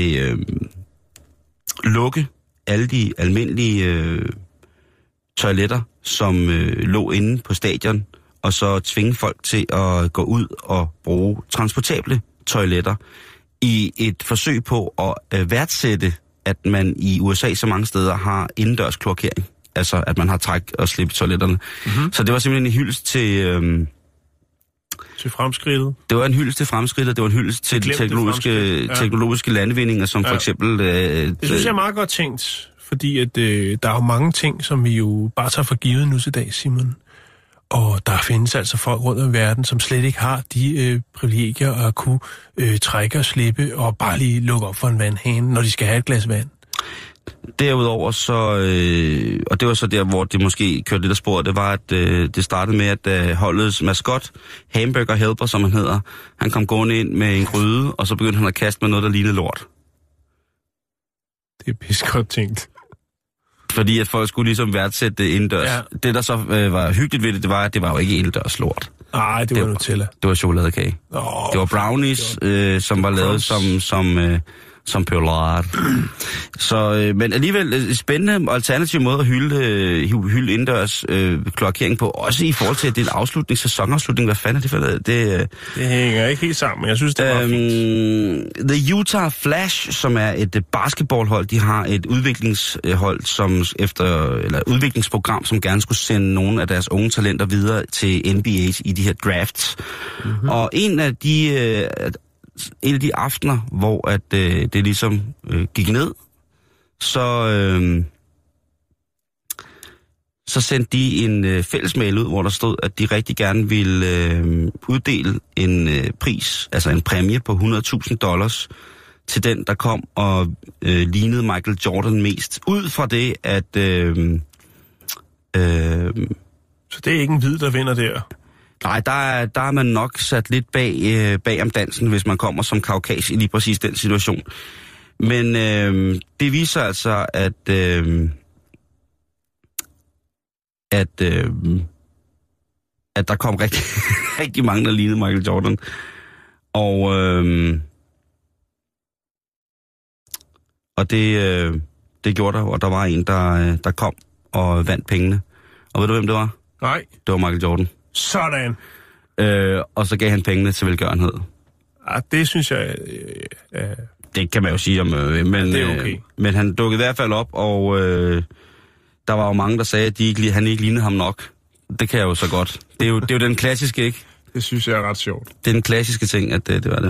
lukke alle de almindelige toiletter, som lå inde på stadion, og så tvinge folk til at gå ud og bruge transportable toiletter i et forsøg på at værdsætte, at man i USA så mange steder har indendørs kloakering. Altså, at man har træk og slip i toiletterne. Mm-hmm. Så det var simpelthen en hyldest til fremskridtet. Det var en hyldest til fremskridtet, det var en hyldest til teknologiske landvindinger, som for eksempel... det synes jeg er meget godt tænkt, fordi at, der er jo mange ting, som vi jo bare tager for givet nu til dag, Simon. Og der findes altså folk rundt om verden, som slet ikke har de privilegier at kunne trække og slippe og bare lige lukke op for en vandhane, når de skal have et glas vand. Derudover så, og det var så der, hvor det måske kørte lidt af sporet, det var, at det startede med, at holdets maskot, Hamburger Helper, som han hedder, han kom gående ind med en gryde, og så begyndte han at kaste med noget, der lignede lort. Det er pisse godt tænkt. Fordi at folk skulle ligesom værdsætte det indendørs. Ja. Det, der så var hyggeligt ved det, det var, at det var jo ikke indendørs lort. Nej, det var Nutella. Det var chokoladekage. Det var brownies, som var lavet som pølard. Så, men alligevel spændende alternativ måde at hylde indendørs kloakering på, også i forhold til, at det er en afslutning, sæsonafslutning. Hvad fanden er det for det? Det hænger ikke helt sammen, jeg synes, det var fint. The Utah Flash, som er et basketballhold, de har et udviklingshold, udviklingsprogram, som gerne skulle sende nogle af deres unge talenter videre til NBA i de her drafts. Mm-hmm. Og en af de aftener, hvor at det ligesom gik ned, så sendte de en fællesmail ud, hvor der stod, at de rigtig gerne ville uddele en pris, altså en præmie på $100,000 til den, der kom og lignede Michael Jordan mest. Ud fra det, at... Så det er ikke en hvid, der vinder der? Nej, der er man nok sat lidt bag om dansen, hvis man kommer som kaukas i lige præcis den situation. Men det viser altså, at der kom rigtig mange, der lignede Michael Jordan. Og det gjorde der, og der var en, der kom og vandt pengene. Og ved du, hvem det var? Nej. Det var Michael Jordan. Sådan. Og så gav han pengene til velgørenhed. Ja, det synes jeg... Det kan man jo sige om... men det er okay. Men han dukkede i hvert fald op, og der var jo mange, der sagde, at han ikke lignede ham nok. Det kan jeg jo så godt. Det er jo den klassiske, ikke? Det synes jeg er ret sjovt. Det er den klassiske ting, at det var det.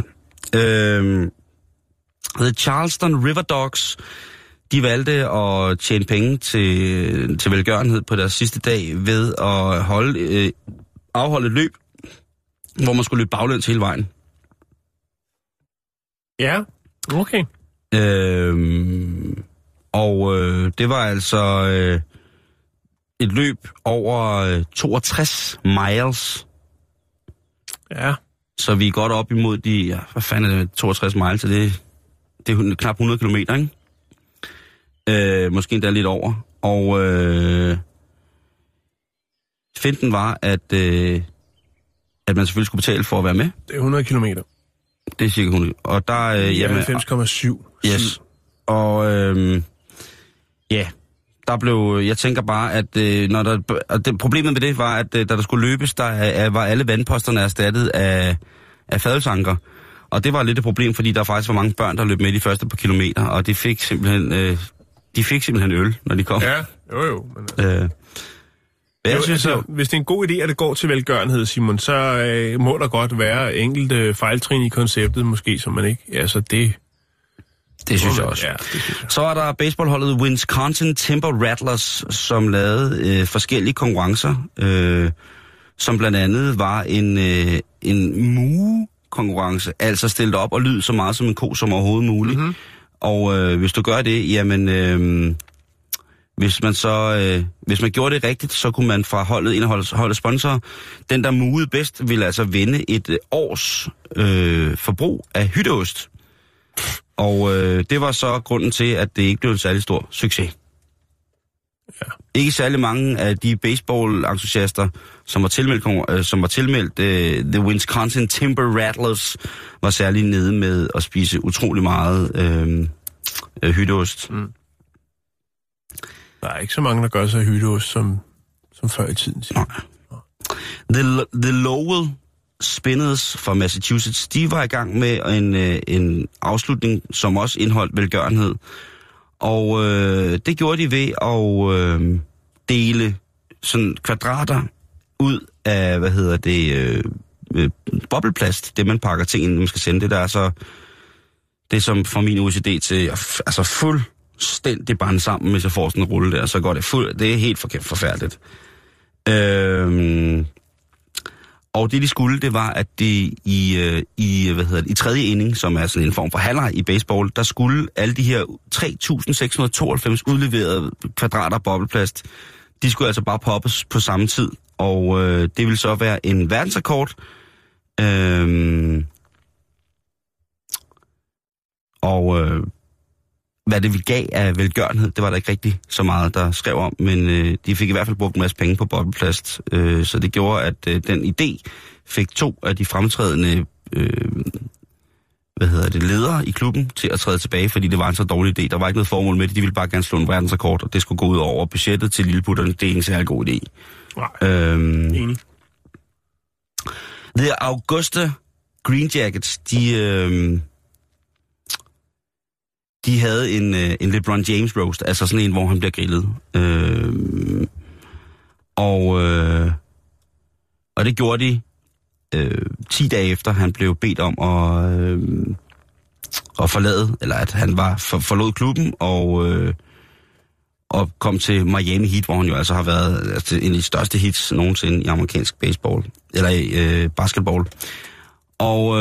The Charleston River Dogs, de valgte at tjene penge til velgørenhed på deres sidste dag ved at afholde et løb, hvor man skulle løbe baglæns hele vejen. Ja, okay. Og det var altså et løb over 62 miles. Ja. Så vi er godt op imod de, ja, hvad fanden er det, 62 miles, så det er knap 100 kilometer, ikke? Måske endda lidt over. Og finten var, at man selvfølgelig skulle betale for at være med. Det er 100 kilometer. Det er cirka 100. Og der er... 90,7. Yes. Og ja, der blev... Jeg tænker bare, at problemet med det var, at da der skulle løbes, var alle vandposterne erstattet af fadelsanker. Og det var lidt et problem, fordi der faktisk var mange børn, der løb med de første par kilometer, og de fik simpelthen øl, når de kom. Ja, jo. Men... hvis det er en god idé, at det går til velgørenhed, Simon, så må der godt være enkelte fejltrin i konceptet, måske, som man ikke... Altså, det synes jeg også. Ja, det synes jeg. Så var der baseballholdet Wisconsin Timber Rattlers, som lavede forskellige konkurrencer, som blandt andet var en muge-konkurrence, altså stillet op og lyd så meget som en ko som overhovedet muligt. Mm-hmm. Og hvis du gør det, jamen... Hvis man gjorde det rigtigt, så kunne man fra holdet sponsorer, den der mugede bedst, ville altså vinde et års forbrug af hytteost. Og det var så grunden til, at det ikke blev en særlig stor succes. Ja. Ikke særlig mange af de baseball-entusiaster, som var tilmeldt The Wisconsin Timber Rattlers, var særlig nede med at spise utrolig meget hytteost. Mm. Der er ikke så mange, der gør sig hytteost som før i tiden. Nej. The Lowell Spinners fra Massachusetts, de var i gang med en afslutning, som også indeholdt velgørenhed. Og det gjorde de ved at dele sådan kvadrater ud af, bobleplast, det man pakker ting ind, man skal sende. Det der er så, det som får min OCD til, altså fuldstændig bande sammen, hvis jeg får sådan en rulle der, så går det det er helt forfærdeligt. Og det de skulle, det var, at det i tredje inning, som er sådan en form for halvleg i baseball, der skulle alle de her 3.692 udleverede kvadrater bobleplast, de skulle altså bare poppes på samme tid. Og det ville så være en verdensrekord. Hvad det gav af velgørenhed, det var der ikke rigtig så meget, der skrev om, men de fik i hvert fald brugt en masse penge på bobleplast, så det gjorde, at den idé fik 2 af de fremtrædende ledere i klubben til at træde tilbage, fordi det var en så dårlig idé. Der var ikke noget formål med det, de ville bare gerne slå en verdensrekord, og det skulle gå ud over budgettet til lilleputterne. Det er ikke en særlig god idé. Enig. The Augusta Green Jackets, de havde en LeBron James roast, altså sådan en, hvor han bliver grillet. Og det gjorde de 10 dage efter, han blev bedt om at forlade, eller at han var forlod klubben og kom til Miami Heat, hvor han jo altså har været en af de største hits nogensinde i amerikansk baseball, eller i basketball. Og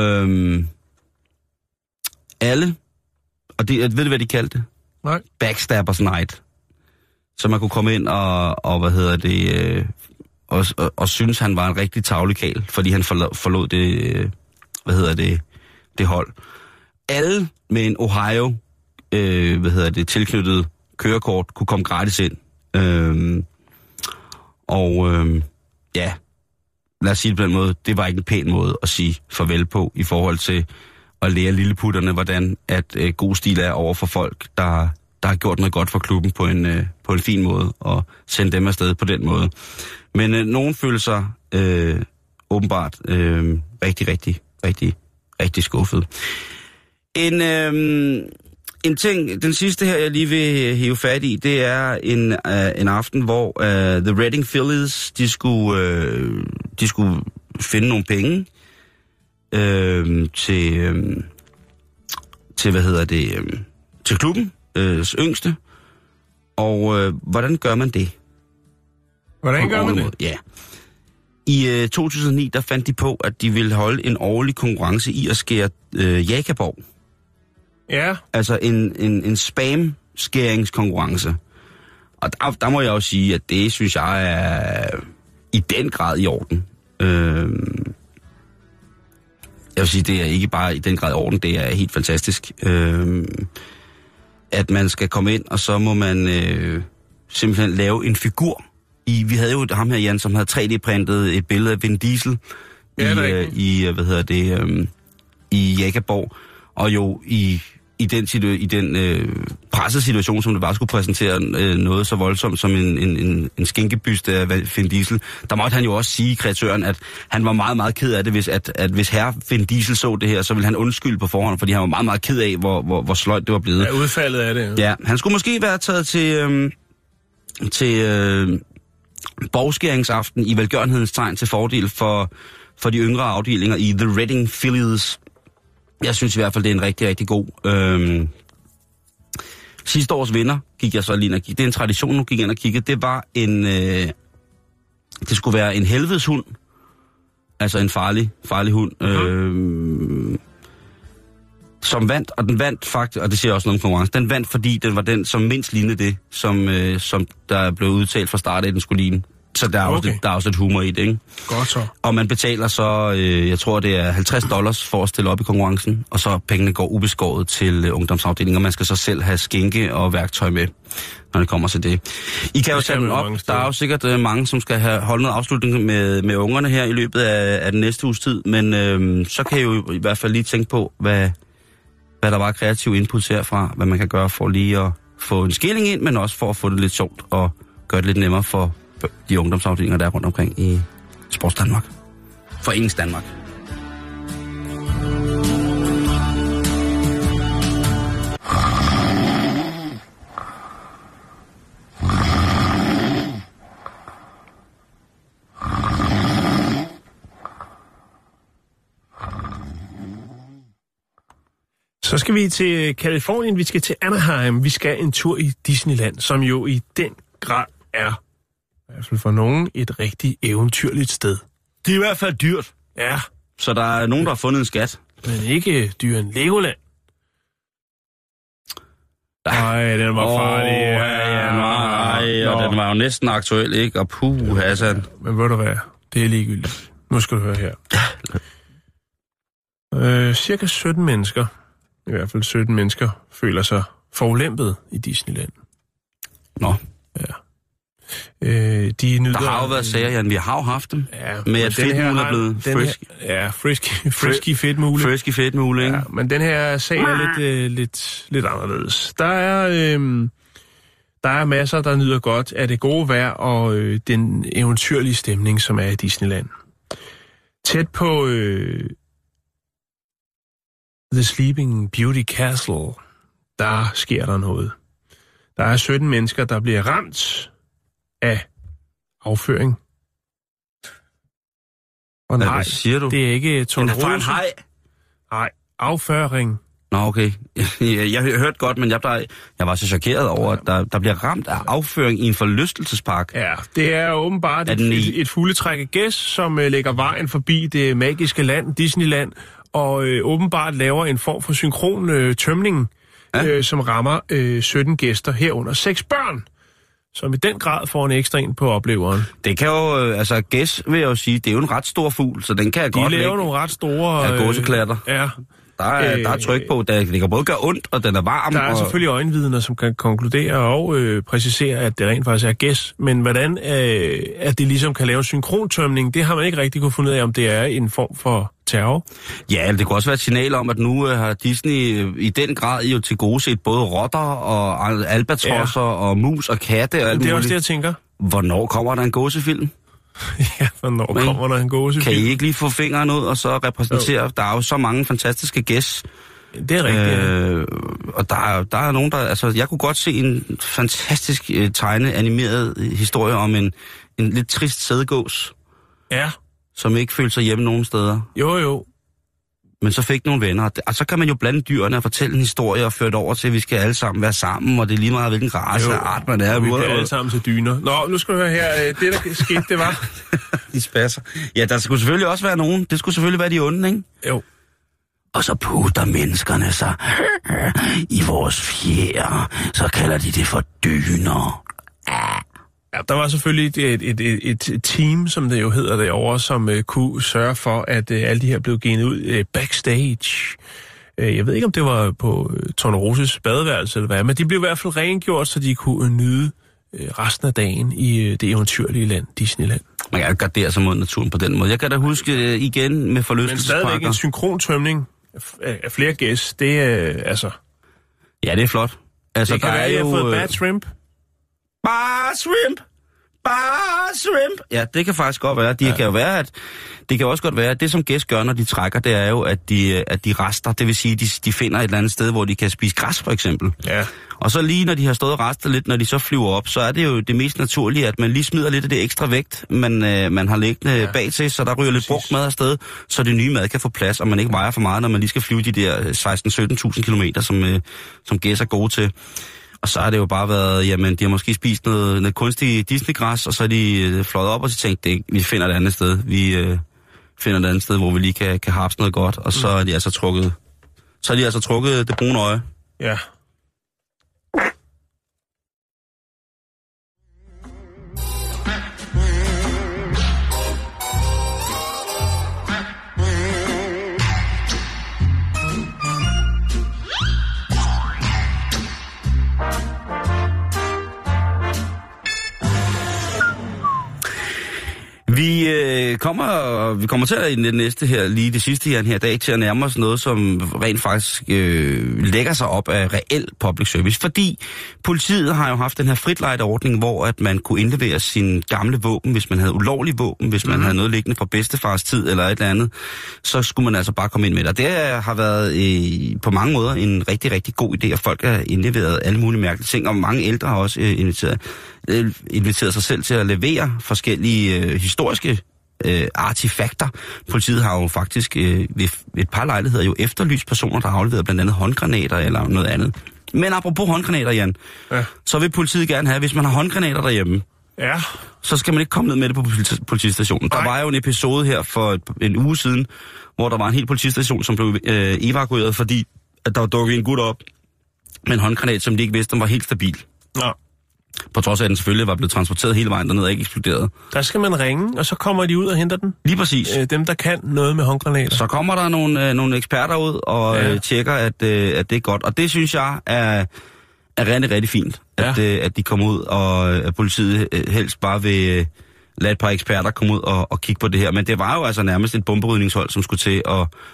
alle, og det, ved du, hvad de kaldte det? Nej. Backstabbers Night. Så man kunne komme ind og synes, han var en rigtig tavlekal, fordi han forlod det hold. Alle med en Ohio, tilknyttet kørekort, kunne komme gratis ind. Ja, lad os sige det på den måde, det var ikke en pæn måde at sige farvel på, i forhold til at lære lilleputterne, hvordan at god stil er over for folk, der har gjort noget godt for klubben på en fin måde, og sende dem afsted på den måde. Men nogen føler sig åbenbart rigtig, rigtig, rigtig, rigtig skuffet. En ting, den sidste her, jeg lige vil hæve fat i, det er en aften, hvor The Reading Phillies, de skulle finde nogle penge til klubbens yngste. Og hvordan gør man det? Hvordan gør man det? Ja. I 2009, der fandt de på, at de ville holde en årlig konkurrence i at skære Jakaborg. Ja. Altså en spam bovskæringskonkurrence. Og der må jeg jo sige, at det synes jeg er i den grad i orden. Jeg vil sige, det er ikke bare i den grad i orden, det er helt fantastisk. At man skal komme ind, og så må man simpelthen lave en figur. Vi havde jo ham her, Jan, som havde 3D-printet et billede af Vin Diesel i Jægerborg, og jo i den pressesituation, som det var, skulle præsentere noget så voldsomt som en skænkebyste af Vin Diesel, der måtte han jo også sige, kreatøren, at han var meget, meget ked af det, hvis herre Vin Diesel så det her, så ville han undskylde på forhånd, fordi han var meget, meget ked af, hvor sløjt det var blevet. Ja, udfaldet af det. Ja, han skulle måske være taget til bovskæringsaften i velgørenhedens tegn til fordel for de yngre afdelinger i The Reading Phillies. Jeg synes i hvert fald, det er en rigtig, rigtig god. Sidste års vinder gik jeg så lige ind og kiggede. Det er en tradition, nu gik jeg ind og kiggede. Det var det skulle være en helvedeshund. Altså en farlig hund. Som vandt, og den vandt faktisk, og det siger også noget om konkurrence, den vandt, fordi den var den, som mindst lignede det, som der blev udtalt fra start af, den skulle ligne. Så der er også lidt humor i det, ikke? Godt så. Og man betaler så, jeg tror det er $50 for at stille op i konkurrencen, og så pengene går ubeskåret til ungdomsafdelingen, og man skal så selv have skænke og værktøj med, når det kommer til det. I kan jo tage dem op. Der er jo sikkert mange, som skal holde noget afslutning med ungerne her i løbet af den næste uges tid, men så kan I jo i hvert fald lige tænke på, hvad der var kreativ input herfra, hvad man kan gøre for lige at få en skilling ind, men også for at få det lidt sjovt og gøre det lidt nemmere for de ungdomsafdelinger, der er rundt omkring i Sports Danmark. Forenings Danmark. Så skal vi til Californien, vi skal til Anaheim, vi skal en tur i Disneyland, som jo i den grad er, i hvert fald for nogen, et rigtig eventyrligt sted. Det er i hvert fald dyrt. Ja. Så der er nogen, der har fundet en skat. Men ikke dyr end Legoland. Nej, den var farlig. Og den var jo næsten aktuel, ikke? Og Hassan. Men ved du hvad, det er ligegyldigt. Nu skal du høre her. Cirka 17 mennesker, i hvert fald 17 mennesker, føler sig forulæmpet i Disneyland. Nå. Ja. De nyder, der har jo været sager, Jan. Vi har jo haft dem. Ja, med at fedtmule er blevet frisky fedtmule. Frisky fedtmule, ikke? Ja, men den her sag er lidt anderledes. Der er masser, der nyder godt af det gode vejr og den eventyrlige stemning, som er i Disneyland. Tæt på The Sleeping Beauty Castle, der sker der noget. Der er 17 mennesker, der bliver ramt af afføring. Og nej, hvad siger du? Det er ikke tornerose. Nej, afføring. Nå, okay. Jeg hørte godt, men jeg var så chokeret over, at der bliver ramt af afføring i en forlystelsespark. Ja, det er åbenbart et fugletræk af gæs, som lægger vejen forbi det magiske land, Disneyland, og åbenbart laver en form for synkron tømning, som rammer 17 gæster herunder 6 børn, som i den grad får en ekstra ind på opleveren. Det kan jo, gæs vil jeg jo sige, det er jo en ret stor fugl, så den kan godt lægge. De laver nogle ret store gåseklatter. Ja. Der er tryk på, det kan både gøre ondt, og den er varm. Der er selvfølgelig øjenvidner, som kan konkludere og præcisere, at det rent faktisk er gæs. Men hvordan at det ligesom kan lave synkrontømning, det har man ikke rigtig kunne finde ud af, om det er en form for terror. Ja, det kunne også være et signal om, at nu har Disney i den grad jo til gode set både rotter og albatrosser og mus og katte og alt muligt. Det er også det, jeg tænker. Hvornår kommer der en gåsefilm? Ja, hvornår kommer der en gåsefilm? Kan I ikke lige få fingeren ud og så repræsentere? Der er jo så mange fantastiske gæs. Det er rigtigt. Og der er nogen, der... jeg kunne godt se en fantastisk animeret historie om en lidt trist sædgås. Ja. Som ikke følte sig hjemme nogen steder. Jo. Men så fik nogle venner. Og så kan man jo blande dyrene og fortælle en historie og føre det over til, at vi skal alle sammen være sammen, og det er lige meget, hvilken race og art man er. Vi bliver alle sammen til dyner. Nå, nu skal du høre her. Det, der skete, det var... De spasser. Ja, der skulle selvfølgelig også være nogen. Det skulle selvfølgelig være de onde, ikke? Jo. og så putter menneskerne sig i vores fjer. Så kalder de det for dyner. Ja, der var selvfølgelig et team, som det jo hedder derovre, som kunne sørge for, at alle de her blev genet ud backstage. Jeg ved ikke, om det var på Torneroses badeværelse eller hvad, men de blev i hvert fald rengjort, så de kunne nyde resten af dagen i det eventyrlige land, Disneyland. Man kan ikke gardere sig mod naturen på den måde. Jeg kan da huske igen med forlystelsesparker. Men stadigvæk en synkrontømning af flere gæs, det er altså... Ja, det er flot. Altså, det kan være, at jeg har fået bad shrimp. Bare shrimp! Bare shrimp! Ja, det kan faktisk godt være. Det kan også godt være, at det som gæst gør, når de trækker, det er jo, at de rester. Det vil sige, at de finder et eller andet sted, hvor de kan spise græs, for eksempel. Ja. Og så lige når de har stået og restet lidt, når de så flyver op, så er det jo det mest naturlige, at man lige smider lidt af det ekstra vægt, man har liggende bag til, så der ryger lidt brugt mad afsted, så det nye mad kan få plads, og man ikke vejer for meget, når man lige skal flyve de der 16-17.000 kilometer, som gæs er gode til. Og så har det jo bare været, jamen, de har måske spist noget kunstigt Disney-græs, og så er de fløjet op, og så tænkt, vi finder et andet sted. Vi finder et andet sted, hvor vi lige kan harpse noget godt, og så er de altså trukket det brune øje. Ja. Vi kommer til at i det næste her, lige det sidste her dag, til at nærme os noget, som rent faktisk lægger sig op af reel public service. Fordi politiet har jo haft den her fritlejdeordning, hvor at man kunne indlevere sin gamle våben, hvis man havde ulovlig våben, hvis man havde noget liggende fra bedstefars tid eller et eller andet, så skulle man altså bare komme ind med det. Og det har været på mange måder en rigtig, rigtig god idé, at folk har indleveret alle mulige mærkelige ting, og mange ældre har også inviteret sig selv til at levere forskellige historiske artefakter. Politiet har jo faktisk ved et par lejligheder jo efterlyst personer, der har afleveret blandt andet håndgranater eller noget andet. Men apropos håndgranater, Jan, så vil politiet gerne have, hvis man har håndgranater derhjemme, så skal man ikke komme ned med det på politistationen. Der var jo en episode her for en uge siden, hvor der var en hel politistation, som blev evakueret, fordi at der var dukket en gut op med en håndgranat, som de ikke vidste, om var helt stabil. Ja. På trods af, at den selvfølgelig var blevet transporteret hele vejen derned og ikke eksploderet. Der skal man ringe, og så kommer de ud og henter den? Lige præcis. Dem, der kan noget med håndgranater. Så kommer der nogle eksperter ud og tjekker, at det er godt. Og det synes jeg er rigtig, rigtig fint, at de kommer ud, og at politiet helst bare vil lade et par eksperter komme ud og kigge på det her. Men det var jo altså nærmest et bomberydningshold, som skulle til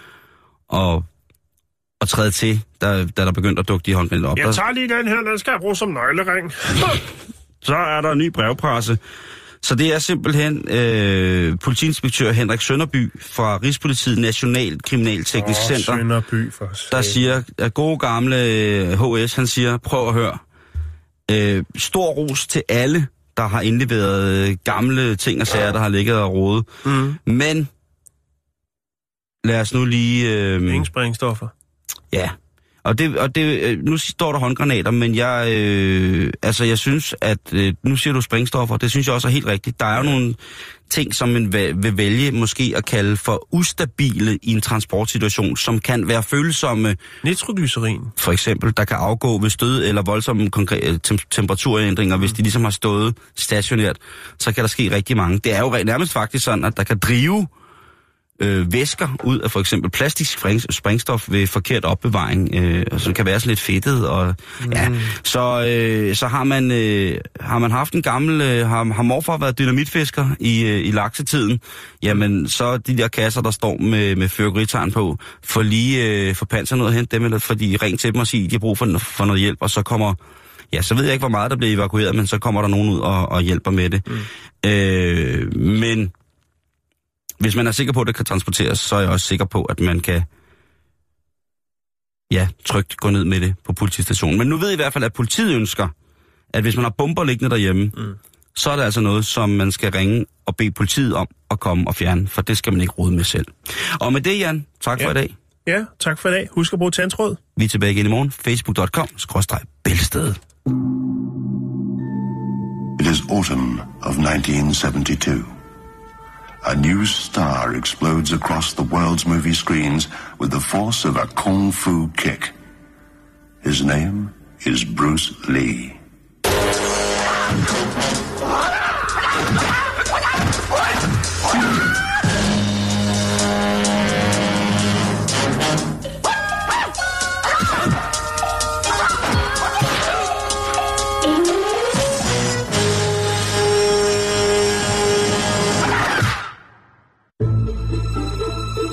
at træde til, da der begyndte at dukke de håndgranater op. Jeg tager lige den her, den skal jeg bruge som nøglering. Så er der en ny brevpresse. Så det er simpelthen politiinspektør Henrik Sønderby fra Rigspolitiet National Kriminalteknisk Center, Sønderby der siger, at gode gamle HS, han siger, prøv at høre. Stor ros til alle, der har indleveret gamle ting og sager, der har ligget og rodet. Men lad os nu lige... Ingen sprængstoffer. Ja, og det nu står der håndgranater, men jeg synes, at nu siger du sprængstoffer, det synes jeg også er helt rigtigt. Der er jo nogle ting, som man vil vælge måske at kalde for ustabile i en transportsituation, som kan være følsomme. Nitroglycerin. For eksempel, der kan afgå ved stød eller voldsomme temperaturændringer, hvis de ligesom har stået stationært, så kan der ske rigtig mange. Det er jo nærmest faktisk sådan, at der kan drive væsker ud af for eksempel plastisk sprængstof ved forkert opbevaring, som kan være sådan lidt fedtet. Og, så har man haft en gammel, har morfar været dynamitfisker i laksetiden, jamen så de der kasser, der står med fyrværkeritegn på, får lige forpanser noget at hente dem, eller fordi ring til dem og sige, de har brug for noget hjælp, og så kommer, så ved jeg ikke, hvor meget der bliver evakueret, men så kommer der nogen ud og hjælper med det. Men hvis man er sikker på, at det kan transporteres, så er jeg også sikker på, at man kan trygt gå ned med det på politistationen. Men nu ved jeg i hvert fald, at politiet ønsker, at hvis man har bomber liggende derhjemme, så er det altså noget, som man skal ringe og bede politiet om at komme og fjerne, for det skal man ikke rode med selv. Og med det, Jan, tak for i dag. Ja, tak for i dag. Husk at bruge tandtråd. Vi er tilbage igen i morgen. Facebook.com/Bæltestedet. It is autumn of 1972. a new star explodes across the world's movie screens with the force of a kung fu kick. His name is Bruce Lee.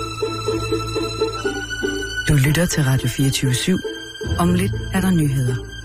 Du lytter til Radio 24/7. Om lidt er der nyheder.